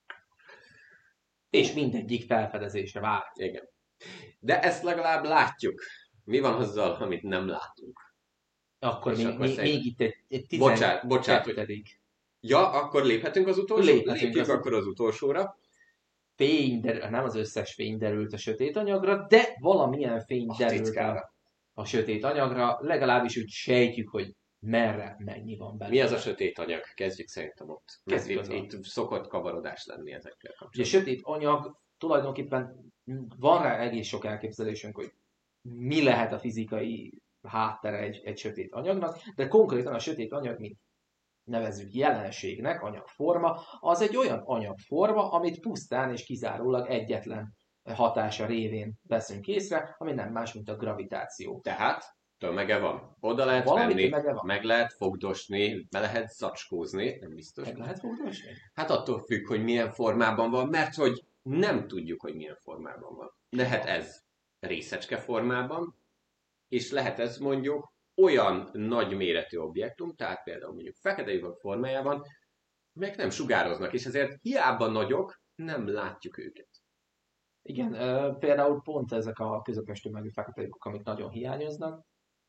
És mindegyik felfedezésre vár. Igen. De ezt legalább látjuk. Mi van azzal, amit nem látunk? Akkor még itt egy 12. Bocsánat. Ja, akkor léphetünk az utolsóra? Lépjünk akkor az utolsóra. Nem az összes fény derült a sötét anyagra, de valamilyen fény derült a sötét anyagra, legalábbis úgy sejtjük, hogy merre, mennyi van benne. Mi az a sötét anyag? Kezdjük szerintem ott. Itt szokott kavarodás lenni ezekkel kapcsolatban. A sötét anyag tulajdonképpen van rá egész sok elképzelésünk, hogy mi lehet a fizikai háttere egy sötét anyagnak, de konkrétan a sötét anyag, mint nevezzük jelenségnek, anyagforma, az egy olyan anyagforma, amit pusztán és kizárólag egyetlen hatása révén veszünk észre, ami nem más, mint a gravitáció. Tehát tömege van. Oda lehet venni, meg lehet fogdosni, be lehet zacskózni, nem biztos. Meg lehet fogdosni? Hát attól függ, hogy milyen formában van, mert hogy nem tudjuk, hogy milyen formában van. Lehet ez részecske formában, és lehet ez mondjuk olyan nagy méretű objektum, tehát például mondjuk fekete lyukak formájában, amelyek nem sugároznak, és ezért hiába nagyok, nem látjuk őket. Igen, például pont ezek a közepes tömegű fekete lyukak, amik nagyon hiányoznak.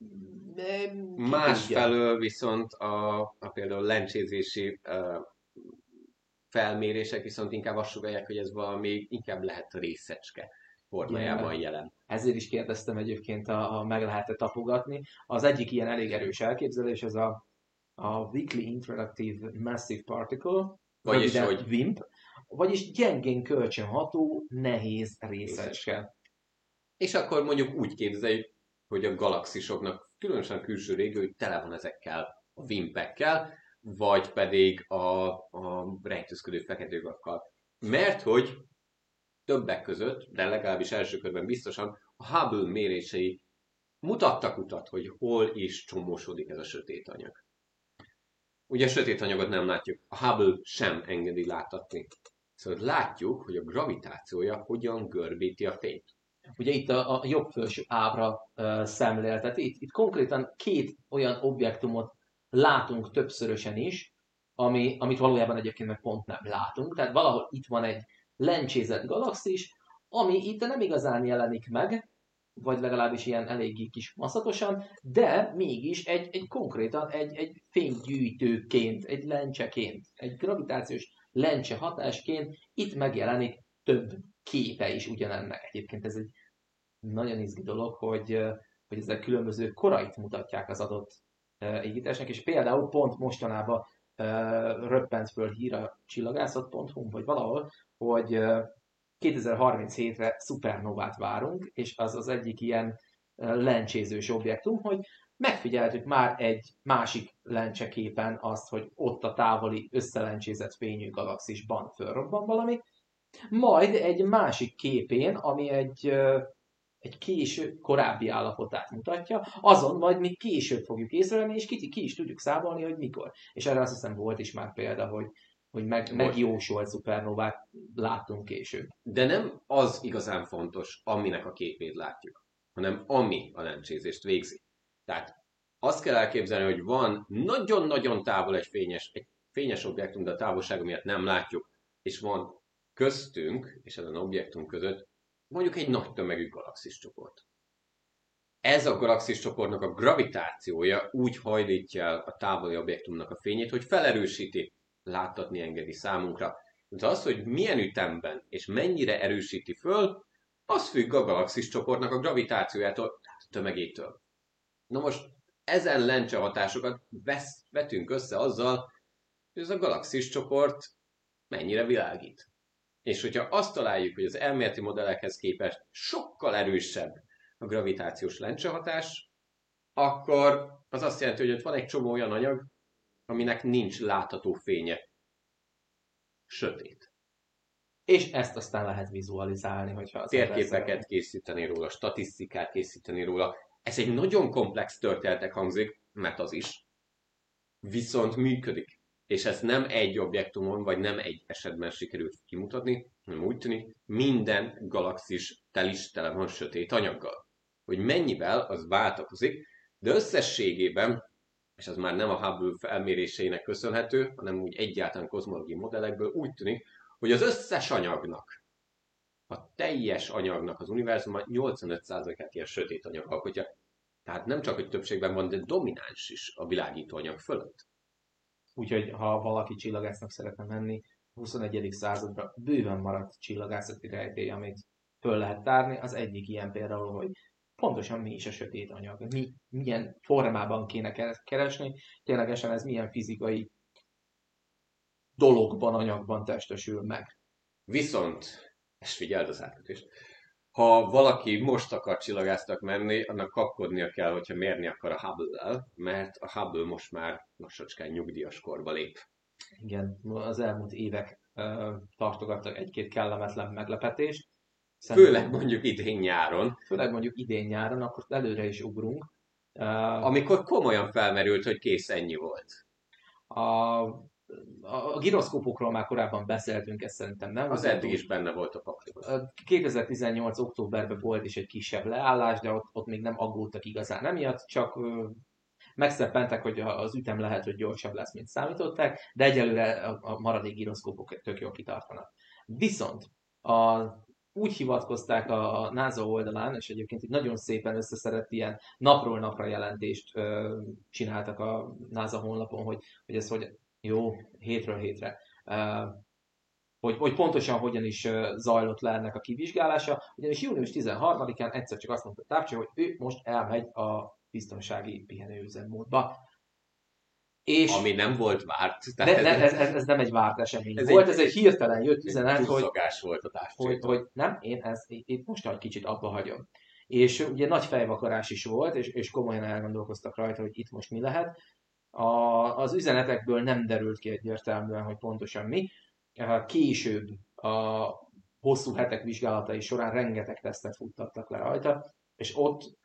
Másfelől viszont a például lencsézési felmérések viszont inkább azt sugallják, hogy ez valami inkább lehet részecske formájában jelen. Ezért is kérdeztem egyébként, meg lehet-e tapogatni. Az egyik ilyen elég erős elképzelés, ez a Weakly Interactive Massive Particle, vagy WIMP, vagyis gyengén kölcsönható, nehéz részecske. És akkor mondjuk úgy képzeljük, hogy a galaxisoknak különösen külső régiói tele van ezekkel a WIMP-ekkel, vagy pedig a rejtőzködő fekete lyukakkal. Mert hogy többek között, de legalábbis első körben biztosan, a Hubble mérései mutattak utat, hogy hol is csomósodik ez a sötét anyag. Ugye a sötét anyagot nem látjuk, a Hubble sem engedi láthatni. Szóval látjuk, hogy a gravitációja hogyan görbíti a fényt. Ugye itt a jobb felső ábra szemléltet. Itt konkrétan két olyan objektumot látunk többszörösen is, amit valójában egyébként meg pont nem látunk. Tehát valahol itt van egy lencsézett galaxis, ami itt nem igazán jelenik meg, vagy legalábbis ilyen eléggé kis maszatosan, de mégis konkrétan egy fénygyűjtőként, egy lencseként, egy gravitációs lencse hatásként itt megjelenik több képe is ugyanennek. Egyébként ez egy nagyon izgi dolog, hogy ezek különböző korait mutatják az adott égitestnek, és például pont mostanában röppent föl hír a csillagászat.hu, vagy valahol, hogy 2037-re szupernovát várunk, és az egyik ilyen lencsézős objektum, hogy megfigyeltük már egy másik lencseképen azt, hogy ott a távoli összelencsézett fényű galaxisban fölrobban valami, majd egy másik képén, ami egy késő, korábbi állapotát mutatja, azon majd mi később fogjuk észrevenni, és ki is tudjuk számolni, hogy mikor. És erre azt hiszem volt is már példa, hogy megjósolt szupernovát láttunk később. De nem az igazán fontos, aminek a képét látjuk, hanem ami a lencsézést végzi. Tehát azt kell elképzelni, hogy van nagyon-nagyon távol egy fényes objektum, de a távolsága miatt nem látjuk, és van köztünk és ezen objektum között mondjuk egy nagy tömegű galaxiscsoport. Ez a galaxiscsoportnak a gravitációja úgy hajlítja el a távoli objektumnak a fényét, hogy felerősíti, láttatni engedi számunkra. De az, hogy milyen ütemben és mennyire erősíti föl, az függ a galaxiscsoportnak a gravitációjától, tehát a tömegétől. Na most ezen lencse hatásokat vetünk össze azzal, hogy ez a galaxiscsoport mennyire világít. És hogyha azt találjuk, hogy az elméleti modellekhez képest sokkal erősebb a gravitációs lencsehatás, akkor az azt jelenti, hogy ott van egy csomó olyan anyag, aminek nincs látható fénye. Sötét. És ezt aztán lehet vizualizálni, hogyha az térképeket készíteni róla, statisztikát készíteni róla. Ez egy nagyon komplex történetek hangzik, mert az is. Viszont működik. És ezt nem egy objektumon, vagy nem egy esetben sikerült kimutatni, hanem úgy tűnik, minden galaxis tele van sötét anyaggal. Hogy mennyivel, az váltakozik, de összességében, és az már nem a Hubble felméréseinek köszönhető, hanem úgy egyáltalán kozmológiai modellekből úgy tűnik, hogy az összes anyagnak, a teljes anyagnak az univerzumban 85%-át ilyen sötét anyag alkotja. Tehát nem csak, hogy többségben van, de domináns is a világító anyag fölött. Úgyhogy ha valaki csillagásznak szeretne menni, 21. századra bőven maradt csillagászati rejtély, amit föl lehet tárni. Az egyik ilyen például, hogy pontosan mi is a sötét anyag, milyen formában kéne keresni, ténylegesen ez milyen fizikai dologban, anyagban testesül meg. Viszont, és figyeld az átkötést, ha valaki most akar csillagásznak menni, annak kapkodnia kell, hogyha mérni akar a Hubble-lel, mert a Hubble most már lassacskán nyugdíjas korba lép. Igen, az elmúlt évek tartogattak egy-két kellemetlen meglepetést. Főleg mondjuk idén-nyáron. Akkor előre is ugrunk. Amikor komolyan felmerült, hogy kész, ennyi volt. A giroszkópokról már korábban beszéltünk, ezt szerintem nem. Az eddig is benne volt a pakliban. 2018. októberben volt is egy kisebb leállás, de ott még nem aggódtak igazán emiatt, csak megszeppentek, hogy az ütem lehet, hogy gyorsabb lesz, mint számították, de egyelőre a maradék giroszkópok tök jól kitartanak. Viszont úgy hivatkozták a NASA oldalán, és egyébként itt nagyon szépen összeszedett ilyen napról napra jelentést csináltak a NASA honlapon, hogy ez hogy jó, hétről hétre. Hogy pontosan hogyan is zajlott le ennek a kivizsgálása, ugyanis június 13-án egyszer csak azt mondta a távcső, hogy ő most elmegy a biztonsági pihenőüzemmódba. Ami nem volt várt. Ez nem egy várt esemény volt, ez egy hirtelen jött üzenet, volt a távcsőtől. hogy nem, én ezt itt most egy kicsit abba hagyom. És ugye nagy fejvakarás is volt, és komolyan elgondolkoztak rajta, hogy itt most mi lehet. Az üzenetekből nem derült ki egyértelműen, hogy pontosan mi. Később a hosszú hetek vizsgálatai során rengeteg tesztet futtattak le rajta, és ott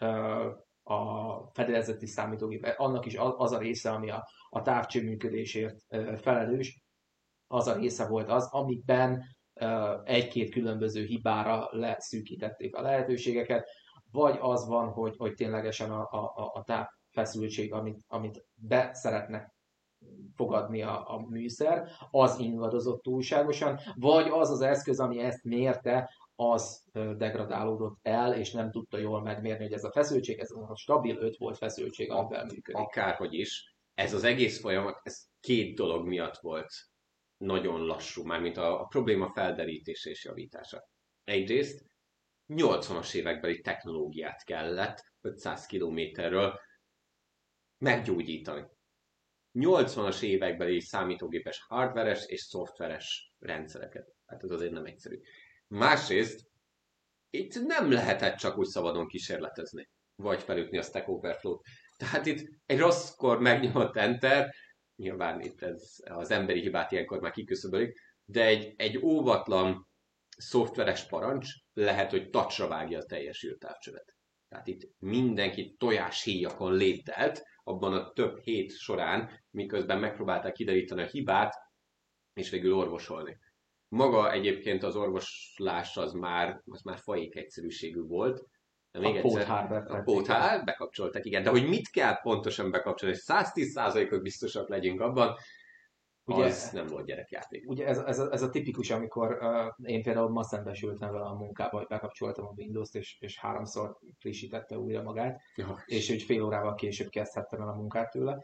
a fedélzeti számítógép, annak is az a része, ami a távcső működésért felelős, az a része volt az, amikben egy-két különböző hibára leszűkítették a lehetőségeket, vagy az van, hogy ténylegesen a távfeszültség, amit be szeretnek fogadni a műszer, az ingadozott túlságosan, vagy az eszköz, ami ezt mérte, az degradálódott el, és nem tudta jól megmérni, hogy ez a feszültség, ez a stabil 5 volt feszültség, amivel működik. Akárhogy is, ez az egész folyamat, ez két dolog miatt volt nagyon lassú, mármint a probléma felderítése és javítása. Egyrészt 80-as évekbeli technológiát kellett 500 kilométerről meggyógyítani. 80-as évekbeli számítógépes hardveres és szoftveres rendszereket. Hát ez azért nem egyszerű. Másrészt itt nem lehetett csak úgy szabadon kísérletezni, vagy felütni a Stack Overflow-t. Tehát itt egy rosszkor megnyomott enter, nyilván itt ez az emberi hibát ilyenkor már kiküszöbölik, de egy óvatlan szoftveres parancs lehet, hogy touchra vágja a teljes űrtávcsövet. Tehát itt mindenki tojáshéjakon léptelt abban a több hét során, miközben megpróbálták kideríteni a hibát, és végül orvosolni. Maga egyébként az orvoslás az már fajék egyszerűségű volt. De még a póthár bekapcsolták, igen. De hogy mit kell pontosan bekapcsolni, 110%-ot biztosak legyünk abban, ugye, az nem volt gyerekjáték. Ugye ez a tipikus, amikor én például ma szembesültem vele a munkába, hogy bekapcsoltam a Windows-t, és 3-szor frissítette újra magát, és hogy fél órával később kezdhettem el a munkát tőle.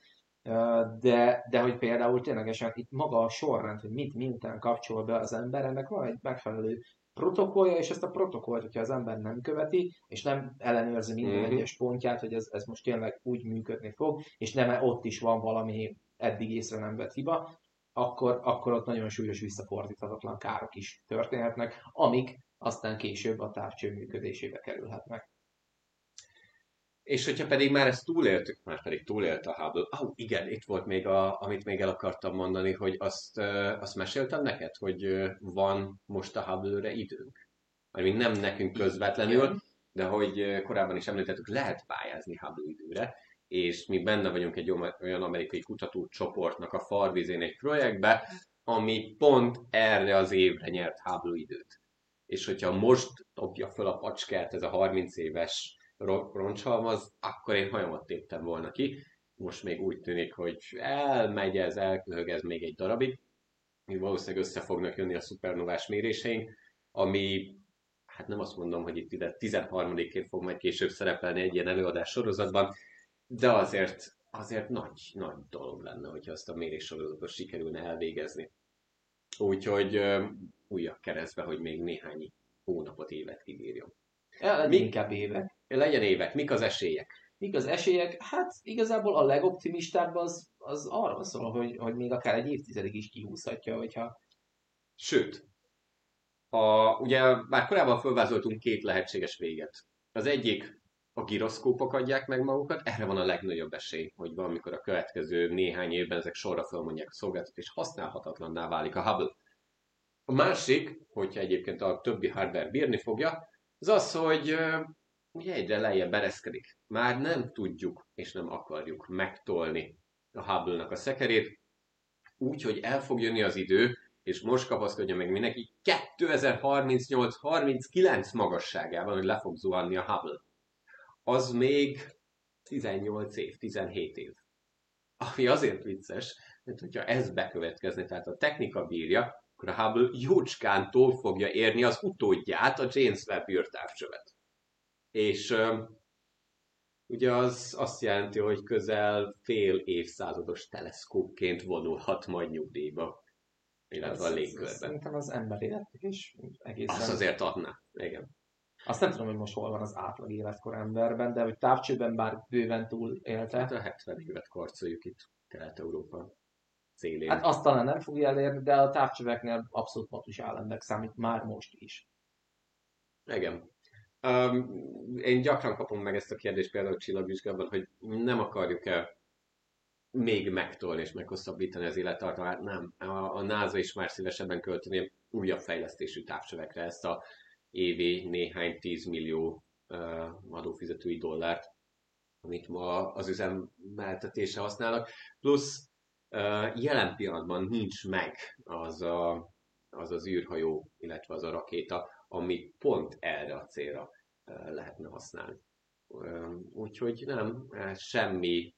De hogy például ténylegesen itt maga a sorrend, hogy mit miután kapcsol be az ember, ennek van egy megfelelő protokollja, és ezt a protokollt, hogyha az ember nem követi, és nem ellenőrzi minden egyes pontját, hogy ez most tényleg úgy működni fog, és nem ott is van valami eddig észre nem vett hiba, akkor ott nagyon súlyos visszafordíthatatlan károk is történhetnek, amik aztán később a távcső működésébe kerülhetnek. És hogyha pedig már ezt túléltük, már pedig túlélt a Hubble. Igen, itt volt még, amit még el akartam mondani, hogy azt meséltem neked, hogy van most a Hubble-re időnk. Mármint nem nekünk közvetlenül, de hogy korábban is említettük, lehet pályázni Hubble időre, és mi benne vagyunk egy olyan amerikai kutatócsoportnak a farvizén egy projektbe, ami pont erre az évre nyert Hubble időt. És hogyha most dobja föl a pacskát ez a 30 éves roncshalmaz, akkor én hajamat téptem volna ki. Most még úgy tűnik, hogy elmegy ez, elköhög még egy darabig. Még valószínűleg össze fognak jönni a szupernovás méréseink, ami, hát nem azt mondom, hogy itt ide 13-ként fog majd később szerepelni egy ilyen előadás sorozatban, de azért nagy dolog lenne, hogyha azt a méréssorozatot sikerülne elvégezni. Úgyhogy újjak keresztbe, hogy még néhány hónapot, évet kibírjon. Inkább évek. Legyen évek. Mik az esélyek? Mik az esélyek? Hát igazából a legoptimistább az arra szól, hogy még akár egy évtizedig is kihúzhatja, hogyha... Sőt, ugye már korábban felvázoltunk 2 lehetséges véget. Az egyik, a giroszkópok adják meg magukat, erre van a legnagyobb esély, hogy valamikor a következő néhány évben ezek sorra felmondják a szolgáltatót, és használhatatlanná válik a Hubble. A másik, hogyha egyébként a többi hardware bírni fogja, az az, hogy ugye egyre lejjebb ereszkedik. Már nem tudjuk és nem akarjuk megtolni a Hubble-nak a szekerét, úgyhogy el fog jönni az idő, és most kapaszkodja meg mindenki 2038-39 magasságában, hogy le fog zuhanni a Hubble. Az még 18 év, 17 év. Ami azért vicces, mert hogyha ez bekövetkezne, tehát a technika bírja, akkor a Hubble jócskántól fogja érni az utódját, a James Webb űrtávcsövet. És ugye az azt jelenti, hogy közel fél évszázados teleszkópként vonulhat majd nyugdíjba, illetve a légkörben. Szerintem az ember életnek is egészen... Azt azért adná, igen. Azt nem tudom, hogy most hol van az átlag életkor emberben, de hogy távcsőben már bőven túl élte. Hát a 70 évet karcoljuk itt Kelet-Európa szélén. Hát azt talán nem fogja elérni, de a távcsöveknél abszolút Matusálemnek számít már most is. Igen. Én gyakran kapom meg ezt a kérdést például csillagvizsgában, hogy nem akarjuk-e még megtolni és meghosszabbítani az élettartamát. Nem. A NASA is már szívesebben költeni újabb fejlesztésű távcsövekre ezt a évi néhány 10 millió adófizetői dollárt, amit ma az üzemeltetése használnak. Plusz jelen pillanatban nincs meg az űrhajó, illetve az a rakéta, amit pont erre a célra lehetne használni. Úgyhogy nem, semmi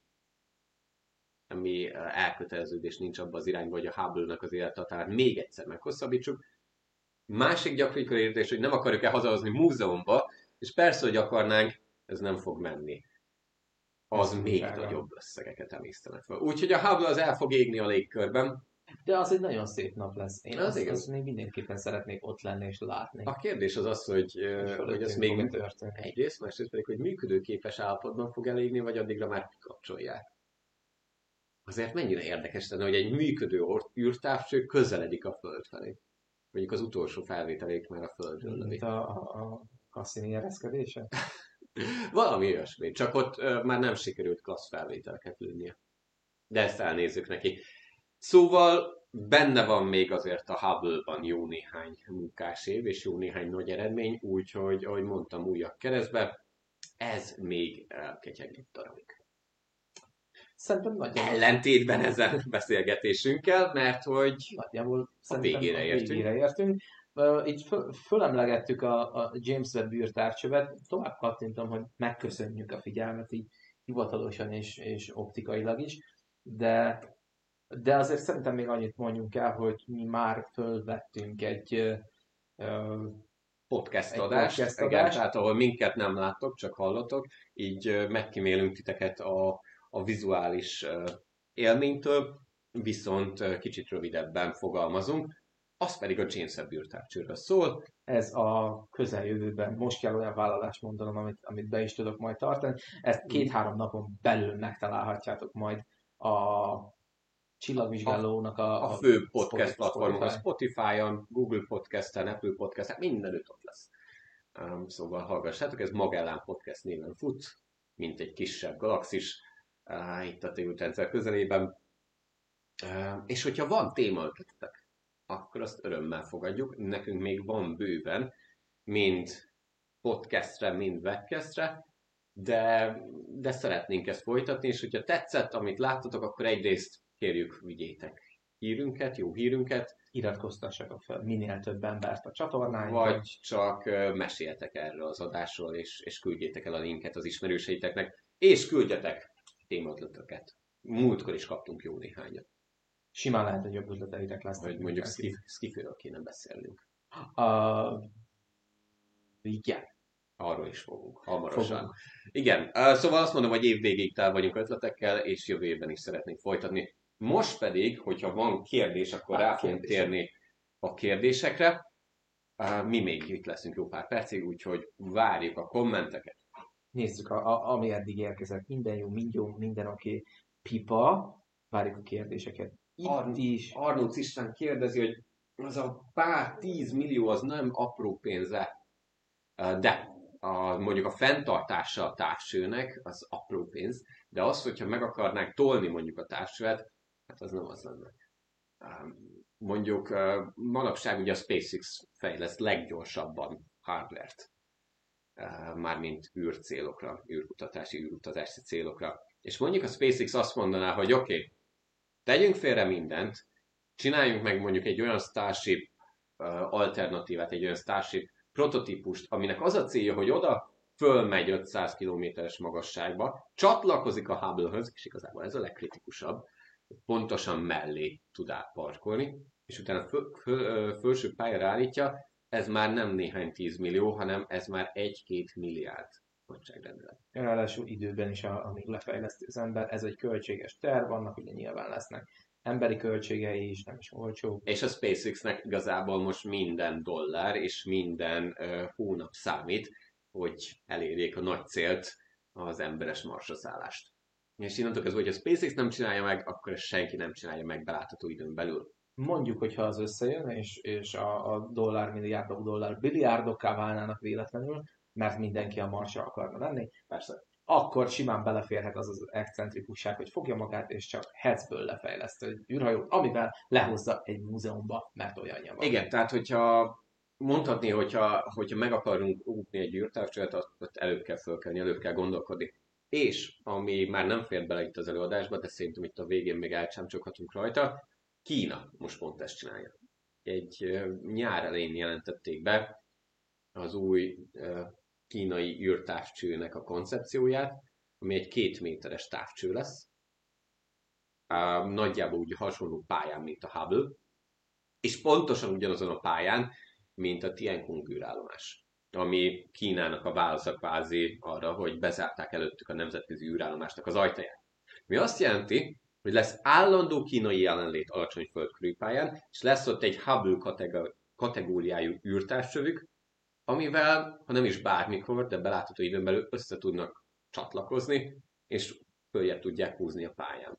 elköteleződés nincs abban az irányban, hogy a Hubble-nak az élettartamát még egyszer meghosszabbítsuk. Másik gyakori kérdés, hogy nem akarjuk-e hazahozni múzeumba, és persze, hogy akarnánk, ez nem fog menni. Az ez még nagyobb összegeket emésztenek fel. Úgyhogy a Hubble az el fog égni a légkörben. De az egy nagyon szép nap lesz. Én azt még mindenképpen szeretnék ott lenni és látni. A kérdés az az, hogy ez még egyrészt, másrészt pedig, hogy működőképes állapotban fog elégni, vagy addigra már kikapcsolják. Azért mennyire érdekes lenne, hogy egy működő űrtávcső közeledik a Föld felé. Mondjuk az utolsó felvételék már a Földről. Mint a Cassini ereszkedése? Valami olyasmi, csak ott már nem sikerült klassz felvételeket lőnie. De ezt elnézzük neki. Szóval benne van még azért a Hubble-ban jó néhány munkás év, és jó néhány nagy eredmény, úgyhogy, ahogy mondtam, újak keresztbe, ez még elketyeg egy darabig. Szerintem nagyjából... Ellentétben ezen beszélgetésünkkel, mert hogy nagyjából a végére értünk. Így fölemlegettük a James Webb űrtávcsövet, tovább kattintom, hogy megköszönjük a figyelmet így hivatalosan és optikailag is, de azért szerintem még annyit mondjunk el, hogy mi már fölvettünk egy podcast adást, tehát ahol minket nem láttok, csak hallotok, így megkímélünk titeket a vizuális élménytől, viszont kicsit rövidebben fogalmazunk, az pedig a James Webb űrtávcsőről szól. Ez a közeljövőben, most kell olyan vállalást mondanom, amit be is tudok majd tartani, ezt 2-3 napon belül megtalálhatjátok majd a csillagvizsgálónak a fő podcast platformon, a Spotify-on, Google Podcast-en, Apple Podcast-en, mindenütt ott lesz. Szóval hallgassátok, ez Magellán Podcast néven fut, mint egy kisebb galaxis, itt a tévútrendszer közelében. És hogyha van témaötletetek, akkor azt örömmel fogadjuk. Nekünk még van bőven, mind podcastre, mind webcastre, de szeretnénk ezt folytatni, és hogyha tetszett, amit láttatok, akkor egyrészt kérjük, vigyétek hírünket, jó hírünket. Iratkoztassatok fel minél több embert a csatornán. Vagy csak meséljetek erről az adásról, és küldjétek el a linket az ismerőseiteknek, és küldjetek témaötleteket. Múltkor is kaptunk jó néhányat. Simán lehet, hogy jobb ötleteitek lesznek. Hogy mondjuk Skiffyről kéne beszélnünk. Igen. Arról is fogunk, hamarosan. Igen, szóval azt mondom, hogy év végéig távol vagyunk ötletekkel, és jövő évben is szeretnénk folytatni. Most pedig, hogyha van kérdés, akkor rá fogunk térni a kérdésekre. Mi még itt leszünk jó pár percig, úgyhogy várjuk a kommenteket. Nézzük, ami eddig érkezett. Minden jó, minden oké. Pipa, várjuk a kérdéseket. Itt is. Arnóc István kérdezi, hogy az a pár 10 millió az nem apró pénze, de mondjuk a fenntartása a távcsőnek az apró pénz, de az, hogyha meg akarnánk tolni mondjuk a távcsövet, hát az nem az lenne. Mondjuk manapság ugye a SpaceX fejleszt leggyorsabban hardvert, mármint űrcélokra, űrutazási célokra. És mondjuk a SpaceX azt mondaná, hogy oké, tegyünk félre mindent, csináljunk meg mondjuk egy olyan Starship alternatívát, egy olyan Starship prototípust, aminek az a célja, hogy oda fölmegy 500 km-es magasságba, csatlakozik a Hubble-höz, és igazából ez a legkritikusabb, pontosan mellé tud átparkolni, és utána felső pályára állítja, ez már nem néhány 10 millió, hanem ez már 1-2 milliárd nagyságrendben. Ráadásul időben is, amíg lefejleszti az ember, ez egy költséges terv, vannak ugye nyilván lesznek emberi költségei is, nem is olcsó. És a SpaceX-nek igazából most minden dollár és minden hónap számít, hogy elérjék a nagy célt, az emberes Marsra szállást. És innentől kezdve, hogy a SpaceX nem csinálja meg, akkor ezt senki nem csinálja meg belátható időn belül. Mondjuk, hogyha az összejön, és a dollármilliárdok billiárdokká válnának véletlenül, mert mindenki a Marsra akarna menni, persze, akkor simán beleférhet az excentrikusság, hogy fogja magát, és csak Hertzből lefejleszt egy űrhajót, amivel lehozza egy múzeumba, mert olyanja van. Igen, tehát hogyha mondhatni, hogyha meg akarunk útni egy űrtávcsövet, ott előbb kell fölkelni, előbb kell gondolkodni. És, ami már nem fér bele itt az előadásba, de szerintem itt a végén még elcsámcsoghatunk rajta, Kína most pont ezt csinálja. Egy nyár elején jelentették be az új kínai űrtávcsőnek a koncepcióját, ami egy 2 méteres távcső lesz. Nagyjából úgy hasonló pályán, mint a Hubble, és pontosan ugyanazon a pályán, mint a Tianjin űrállomás, ami Kínának a válasza kvázi arra, hogy bezárták előttük a nemzetközi űrállomásnak az ajtaját. Mi azt jelenti, hogy lesz állandó kínai jelenlét alacsony földkörüli pályán, és lesz ott egy Hubble kategóriájú űrtávcsövük, amivel, ha nem is bármikor, de belátható időn belül össze tudnak csatlakozni, és följebb tudják húzni a pályán.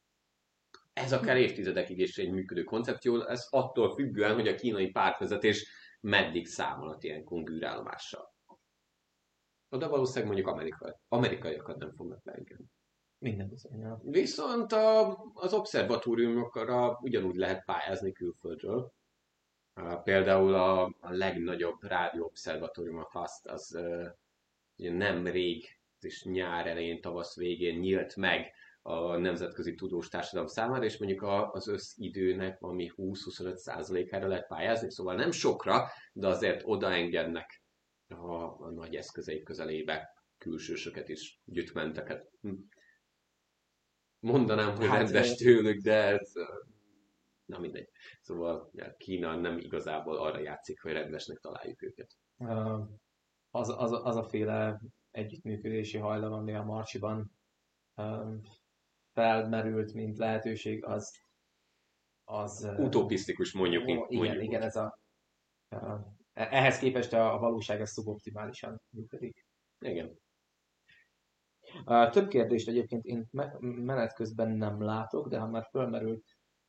Ez akár évtizedekig is egy működő koncepció lesz, attól függően, hogy a kínai pártvezetés meddig számol a Tianjin űrállomással. Oda valószínűleg mondjuk amerikaiakat nem fognak beengedni. Minden bizonyal. Viszont az obszervatóriumokra ugyanúgy lehet pályázni külföldről. Például a legnagyobb rádió obszervatórium, a FAST, az ugye nem rég, és nyár elején, tavasz végén nyílt meg a nemzetközi tudós társadalom számára, és mondjuk az összidőnek valami 20-25%-ára lehet pályázni, szóval nem sokra, de azért odaengednek a nagy eszközeik közelébe külsősöket is, gyütmenteket. Mondanám, hogy rendes tőlük, de ez... Na mindegy. Szóval Kína nem igazából arra játszik, hogy rendesnek találjuk őket. Az a féle együttműködési hajlam, ami a Marsiban felmerült, mint lehetőség, az utopisztikus, mondjuk. Igen, ez ehhez képest a valóság ez szuboptimálisan működik. Igen. Több kérdést egyébként én menet közben nem látok, de ha már fölmerült,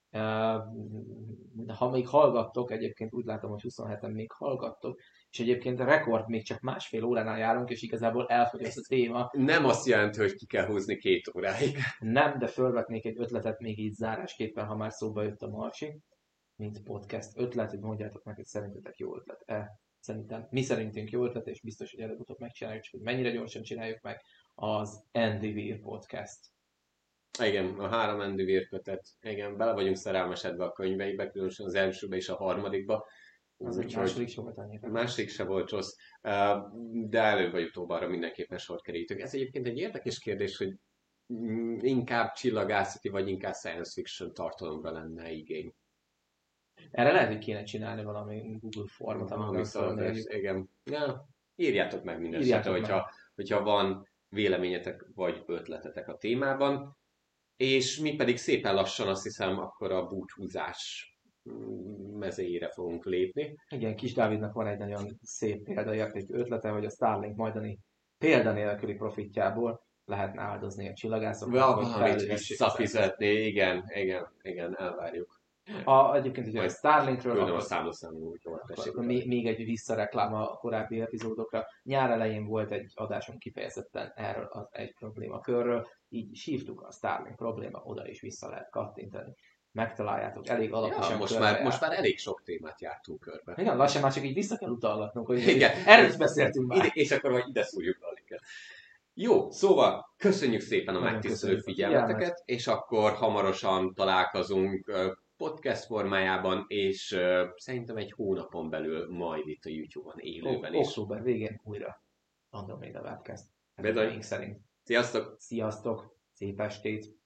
ha még hallgattok, egyébként úgy látom, hogy 27-en még hallgattok, és egyébként a rekord még csak másfél óránál járunk, és igazából elfogyott a téma. Nem azt jelenti, hogy ki kell húzni 2 óráig. Nem, de fölvetnék egy ötletet még így zárásképpen, ha már szóba jött a Marsi, mint podcast ötlet, hogy mondjátok meg, hogy szerintetek jó ötlet. Szerintem mi szerintünk jó ötlet, és biztos, hogy előbb-utóbb megcsináljuk, csak hogy mennyire gyorsan csináljuk meg, az Andy Weir podcast. Igen, a 3 Andy Weir kötet. Igen, bele vagyunk szerelmesedve a könyveibe, különösen az elsőbe és a harmadikba. Az a második se volt annyira. Másik se volt rossz, de előbb vagy utóbb arra mindenképpen sor kerítünk. Ez egyébként egy érdekes kérdés, hogy inkább csillagászati, vagy inkább science fiction tartalomra lenne igény. Erre lehet, hogy kéne csinálni valami Google formot, amiben felmérjük. Igen. Ja, írjátok meg mindesetre, hogyha van véleményetek vagy ötletetek a témában. És mi pedig szépen lassan, azt hiszem, akkor a búcsúzás mezejére fogunk lépni. Igen, Kis Dávidnak van egy nagyon szép példaértékű ötlete, hogy a Starlink majdani példanélküli profitjából lehetne áldozni a csillagászokat. Valamit visszafizetni, igen, elvárjuk. Egyébként ugye a Starlinkről... Küldöm a számlaszámú, úgy tessék. Még egy visszareklám a korábbi epizódokra. Nyár elején volt egy adásunk kifejezetten erről az egy problémakörről, így is hívtuk a Starlink probléma, oda is vissza lehet kattintani. Megtaláljátok, elég alaposan. Most már elég sok témát jártunk körbe. Igen, lassan már csak így vissza kell utalgatnunk, hogy erről is beszéltünk már. És akkor majd ide szúrjuk Laliket. Jó, szóval köszönjük szépen a megtisztelő figyelmeteket, és akkor hamarosan találkozunk podcast formájában, és szerintem egy hónapon belül majd itt a YouTube-on élőben is. Október végén újra Andromeda Webcast. Szerint. Sziasztok! Szép estét!